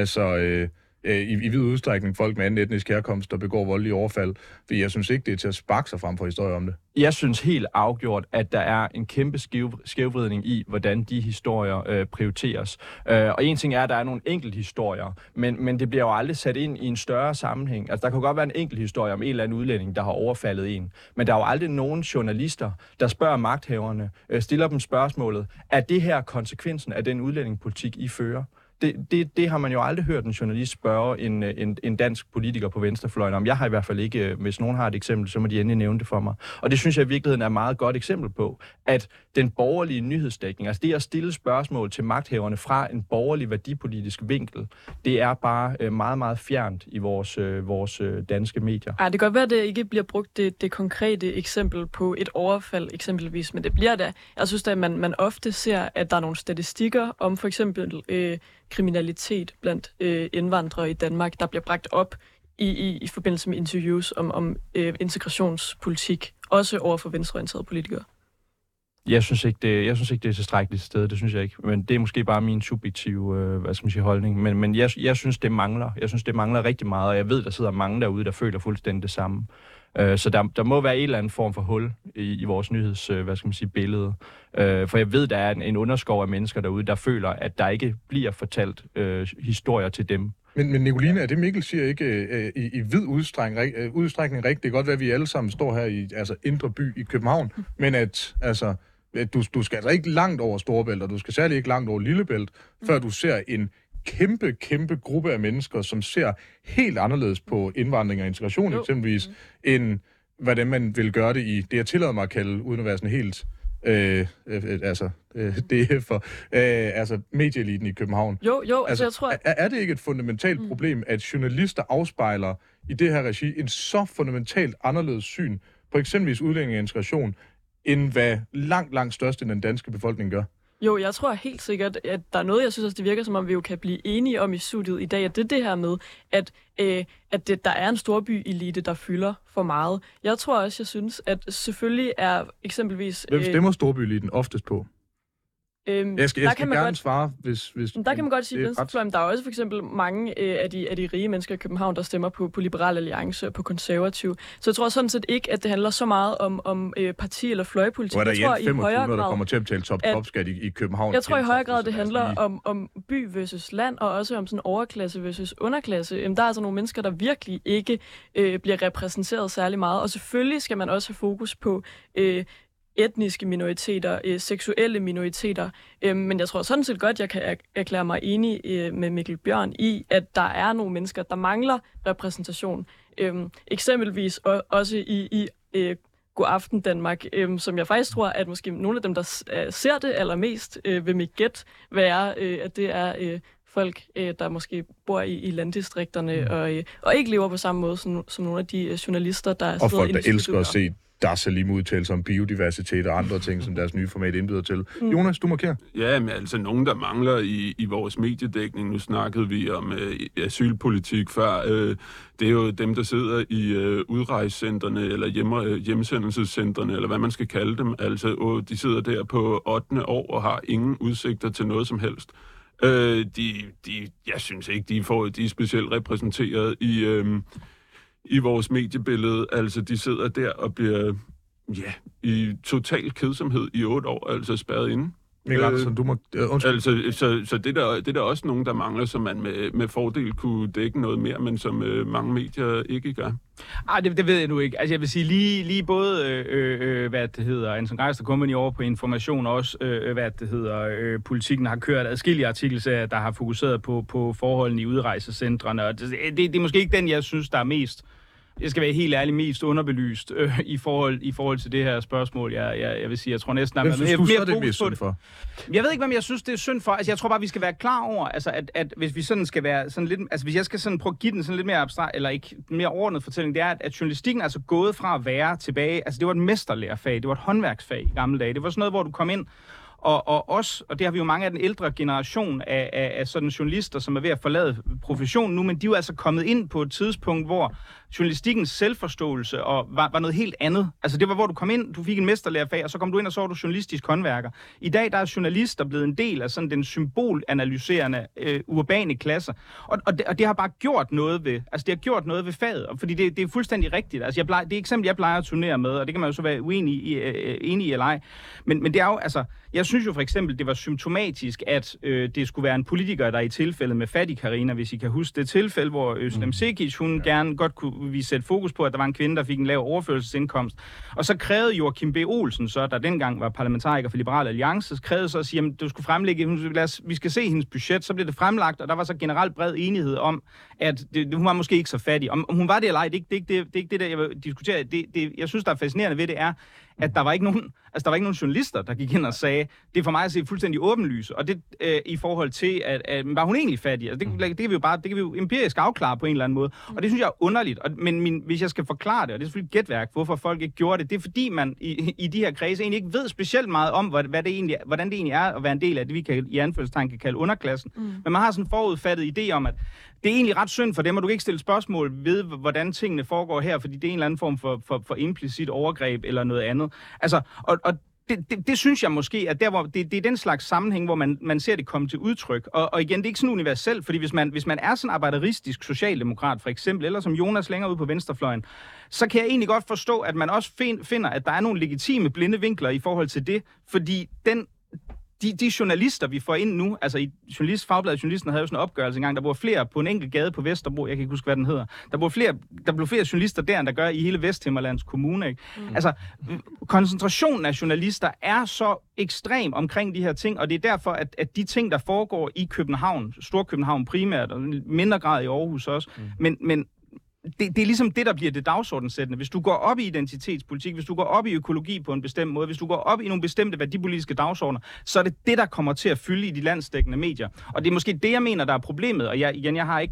i vid udstrækning folk med anden etnisk herkomst, der begår voldelige overfald? For jeg synes ikke, det er til at sparke sig frem for historier om det. Jeg synes helt afgjort, at der er en kæmpe skævvridning i, hvordan de historier prioriteres. Og en ting er, at der er nogle enkelte historier, men det bliver jo aldrig sat ind i en større sammenhæng. Der kan godt være en enkelt historie om en eller anden udlænding, der har overfaldet en. Men der er jo aldrig nogen journalister, der spørger magthaverne, stiller dem spørgsmålet, er det her konsekvensen af den udlændingepolitik, I fører? Det har man jo aldrig hørt en journalist spørge en dansk politiker på venstrefløjen om. Jeg har i hvert fald ikke, hvis nogen har et eksempel, så må de endelig nævne det for mig. Og det synes jeg i virkeligheden er et meget godt eksempel på, at den borgerlige nyhedsdækning, det at stille spørgsmål til magthaverne fra en borgerlig værdipolitisk vinkel, det er bare meget, meget fjernt i vores danske medier. Det kan godt være, at det ikke bliver brugt det konkrete eksempel på et overfald eksempelvis, men det bliver det. Jeg synes at man ofte ser, at der er nogle statistikker om for eksempel kriminalitet blandt indvandrere i Danmark, der bliver bragt op i forbindelse med interviews om integrationspolitik, også over for venstreorienterede politikere. Jeg synes ikke, det er tilstrækkeligt sted, det synes jeg ikke. Men det er måske bare min subjektive holdning. Men jeg synes, det mangler. Jeg synes, det mangler rigtig meget, og jeg ved, der sidder mange derude, der føler fuldstændig det samme. Så der må være en eller anden form for hul i vores nyheds, billede. For jeg ved, der er en underskov af mennesker derude, der føler, at der ikke bliver fortalt historier til dem. Men Nicoline, er det Mikkel siger ikke i vid udstrækning rigtigt? Det kan godt være, at vi alle sammen står her i indre by i København, men at du skal ikke langt over Storebælt, og du skal særlig ikke langt over Lillebælt, før du ser en kæmpe gruppe af mennesker, som ser helt anderledes på indvandring og integration eksempelvis, end hvordan man vil gøre det i det, jeg tillader mig at kalde, uden at være sådan helt medieeliten i København. Jo, jeg tror... Er det ikke et fundamentalt problem, at journalister afspejler i det her regi en så fundamentalt anderledes syn på eksempelvis udlænding og integration, end hvad langt størst end den danske befolkning gør? Jo, jeg tror helt sikkert, at der er noget, jeg synes, at det virker som om, vi jo kan blive enige om i studiet i dag, at det her med, at der er en storby-elite, der fylder for meget. Jeg tror også, jeg synes, at selvfølgelig er eksempelvis... Hvem stemmer storby-eliten oftest på? Jeg skal gerne svare, hvis der kan man godt sige venstrefløjen. Der er også for eksempel mange af de rige mennesker i København, der stemmer på Liberal Alliance og på Konservative. Så jeg tror sådan set ikke, at det handler så meget om parti- eller fløjpolitik. Jeg tror i højere grad, der kommer til at betale top-skat i København. Jeg tror i højere grad, det handler om by versus land, og også om sådan overklasse versus underklasse. Der er altså nogle mennesker, der virkelig ikke bliver repræsenteret særlig meget. Og selvfølgelig skal man også have fokus på etniske minoriteter, seksuelle minoriteter, men jeg tror sådan set godt, jeg kan erklære mig enig med Mikkel Bjørn i, at der er nogle mennesker, der mangler repræsentation. Eksempelvis også i God Aften Danmark, som jeg faktisk tror, at måske nogle af dem, der ser det allermest, vil mit gæt være, at det er folk, der måske bor i landdistrikterne og ikke lever på samme måde som nogle af de journalister, der sidder. Og folk, der elsker at se Dar Salim udtalelser om biodiversitet og andre ting, som deres nye format indbyder til. Jonas, du markerer. Ja, men nogen, der mangler i vores mediedækning. Nu snakkede vi om asylpolitik før. Det er jo dem, der sidder i udrejsecentrene eller hjemsendelsescentrene, eller hvad man skal kalde dem. Altså, de sidder der på 8. år og har ingen udsigter til noget som helst. Jeg synes ikke, de er specielt repræsenteret i vores mediebillede. Altså, de sidder der og bliver i total kedsomhed i 8 år, altså spærret inde. Mikkel Andersen, du må... Så det er der også nogen, der mangler, som man med fordel kunne dække noget mere, men som mange medier ikke gør. Det ved jeg nu ikke. Altså jeg vil sige lige både Anson Geist Company over på Information og også Politikken har kørt adskillige artikelserier, der har fokuseret på forholdene i udrejsecentrene, og det er måske ikke den, jeg synes, der er mest, jeg skal være helt ærlig, mest underbelyst i forhold til det her spørgsmål. Jeg vil sige, jeg tror næsten, at man er mere fokus på det. For? Jeg ved ikke, hvem jeg synes, det er synd for. Altså, jeg tror bare, vi skal være klar over, altså, at hvis vi sådan skal være sådan lidt, altså hvis jeg skal sådan prøve at give den sådan lidt mere abstrakt, eller ikke mere overordnet fortælling, det er, at journalistikken er altså gået fra at være tilbage, altså det var et mesterlærerfag, det var et håndværksfag i gamle dage. Det var sådan noget, hvor du kom ind og det har vi jo mange af den ældre generation af sådan journalister, som er ved at forlade professionen nu, men de er jo altså kommet ind på et tidspunkt, hvor journalistikkens selvforståelse var noget helt andet. Altså det var, hvor du kom ind, du fik en mesterlærerfag, og så kom du ind, og så var du journalistisk håndværker. I dag, der er journalister blevet en del af sådan den symbolanalyserende urbane klasse, og det har bare gjort noget ved, altså det har gjort noget ved faget, fordi det er fuldstændig rigtigt. Altså det eksempel, jeg plejer at turnere med, og det kan man jo så være enig i eller ej, men det er jo, altså, jeg synes jo for eksempel, det var symptomatisk, at det skulle være en politiker, der i tilfældet med Fattig Karina, hvis I kan huske det tilfælde, hvor Özlem Cekic, hun gerne godt kunne vi sætte fokus på, at der var en kvinde, der fik en lav overførselsindkomst. Og så krævede Joachim B. Olsen, så, der dengang var parlamentariker for Liberal Alliance, krævede så at sige, at du skulle fremlægge, vi skal se hendes budget, så blev det fremlagt, og der var så generelt bred enighed om, at hun var måske ikke så fattig. Om hun var det eller ej, det er ikke det, der jeg vil diskutere. Jeg synes, der er fascinerende ved det er, at der var ikke nogen journalister, der gik ind og sagde, det er for mig at se fuldstændig åbenlyst, og det i forhold til, at var hun egentlig fattig? Altså, det kan vi jo empirisk afklare på en eller anden måde, og det synes jeg er underligt. Men hvis jeg skal forklare det, og det er selvfølgelig gætværk, hvorfor folk ikke gjorde det, det er fordi man i de her kredse egentlig ikke ved specielt meget om, hvordan det egentlig er at være en del af det, vi kan, i anførselstegn kan kalde underklassen. Men man har sådan en forudfattet idé om, at det er egentlig ret synd for dem, og du kan ikke stille spørgsmål ved, hvordan tingene foregår her, fordi det er en eller anden form for implicit overgreb eller noget andet. Altså, og det synes jeg måske, at der, hvor det er den slags sammenhæng, hvor man ser det komme til udtryk. Og igen, det er ikke sådan universelt, fordi hvis man er sådan arbejderistisk socialdemokrat, for eksempel, eller som Jonas længere ude på venstrefløjen, så kan jeg egentlig godt forstå, at man også finder, at der er nogle legitime blinde vinkler i forhold til det, fordi de journalister, vi får ind nu, altså i Fagbladet Journalisten havde jo sådan en opgørelse engang, der bor flere på en enkelt gade på Vesterbro, jeg kan ikke huske, hvad den hedder. Der blev flere journalister der, end der gør i hele Vesthimmerlands Kommune, ikke? Altså, koncentrationen af journalister er så ekstrem omkring de her ting, og det er derfor, at de ting, der foregår i København, Storkøbenhavn primært, og mindre grad i Aarhus også, men det er ligesom det, der bliver det dagsordenssættende. Hvis du går op i identitetspolitik, hvis du går op i økologi på en bestemt måde, hvis du går op i nogle bestemte værdipolitiske dagsordner, så er det det, der kommer til at fylde i de landsdækkende medier. Og det er måske det, jeg mener, der er problemet. Og jeg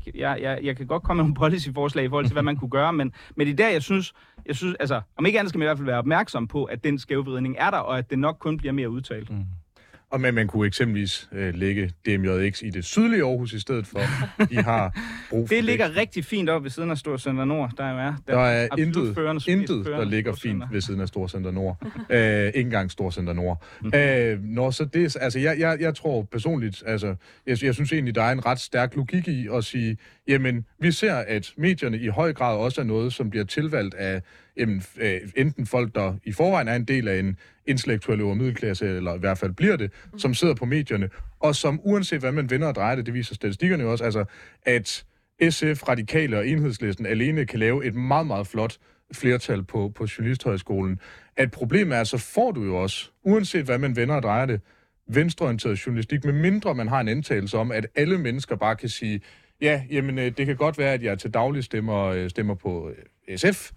kan godt komme med nogle policyforslag i forhold til, hvad man kunne gøre, men det er der, jeg synes, altså, om ikke andet skal man i hvert fald være opmærksom på, at den skævvridning er der, og at det nok kun bliver mere udtalt. Og man kunne eksempelvis lægge DMJX i det sydlige Aarhus i stedet for. De har brug for det ligger rigtig fint op ved siden af Storcenter Nord, der er intet, der ligger fint ved siden af Storcenter Nord. Ikke engang Storcenter Nord. Så det, altså, jeg tror personligt, altså, jeg synes egentlig, der er en ret stærk logik i at sige, jamen, vi ser, at medierne i høj grad også er noget, som bliver tilvalgt af enten folk, der i forvejen er en del af en intellektuel over middelklasse, eller i hvert fald bliver det, som sidder på medierne, og som uanset hvad man vender og drejer det viser statistikkerne jo også, altså at SF, Radikale og Enhedslisten alene kan lave et meget, meget flot flertal på Journalisthøjskolen. At problemet er, så får du jo også, uanset hvad man vender og drejer det, venstreorienteret journalistik, med mindre man har en antagelse om, at alle mennesker bare kan sige, ja, jamen det kan godt være, at jeg til daglig stemmer på SF,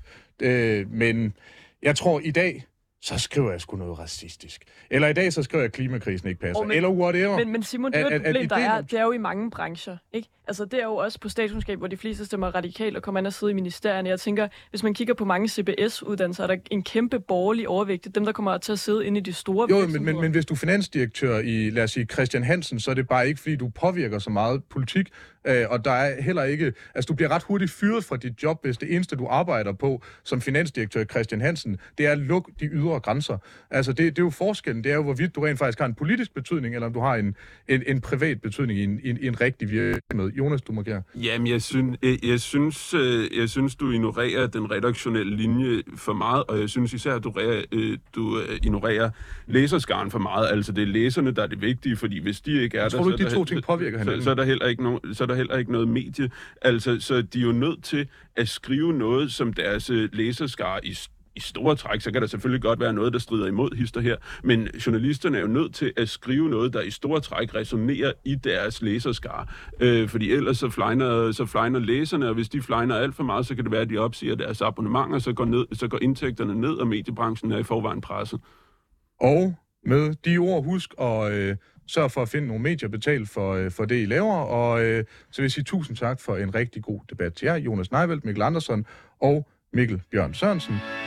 men jeg tror i dag, så skriver jeg sgu noget racistisk. Eller i dag, så skriver jeg, at klimakrisen ikke passer. Eller whatever. Men Simon, det er et problem, det er jo i mange brancher, ikke? Altså, det er jo også på statskundskab, hvor de fleste stemmer radikalt og kommer ind og sidder i ministerierne. Jeg tænker, hvis man kigger på mange CBS-uddannelser, er der en kæmpe borgerlig overvægt. Dem, der kommer til at sidde inde i de store virksomheder. Men hvis du er finansdirektør i, lad os sige, Christian Hansen, så er det bare ikke, fordi du påvirker så meget politik. Og der er heller ikke... Altså, du bliver ret hurtigt fyret fra dit job, hvis det eneste, du arbejder på som finansdirektør Christian Hansen, det er at lukke de ydre ydre grænser. Altså, det er jo forskellen. Det er jo, hvorvidt du rent faktisk har en politisk betydning, eller om du har en privat betydning i en rigtig virksomhed. Jonas, du markerer. Jamen, jeg synes, du ignorerer den redaktionelle linje for meget, og jeg synes især, at du ignorerer læserskaren for meget. Altså, det er læserne, der er det vigtige, fordi hvis de ikke er tror du ikke, de to ting påvirker hinanden? Så er der heller ikke noget medie. Altså, så de er jo nødt til at skrive noget, som deres læserskare i store træk, så kan der selvfølgelig godt være noget, der strider imod hister her, men journalisterne er jo nødt til at skrive noget, der i store træk resonerer i deres læserskare. Fordi ellers så flejner læserne, og hvis de flejner alt for meget, så kan det være, at de opsiger deres abonnementer, så går indtægterne ned, og mediebranchen er i forvejen presset. Og med de ord, husk at sørge for at finde nogle medier, betale for det, I laver, og så vil jeg sige tusind tak for en rigtig god debat til jer, Jonas Neiveldt, Mikkel Andersson og Mikkel Bjørn Sørensen.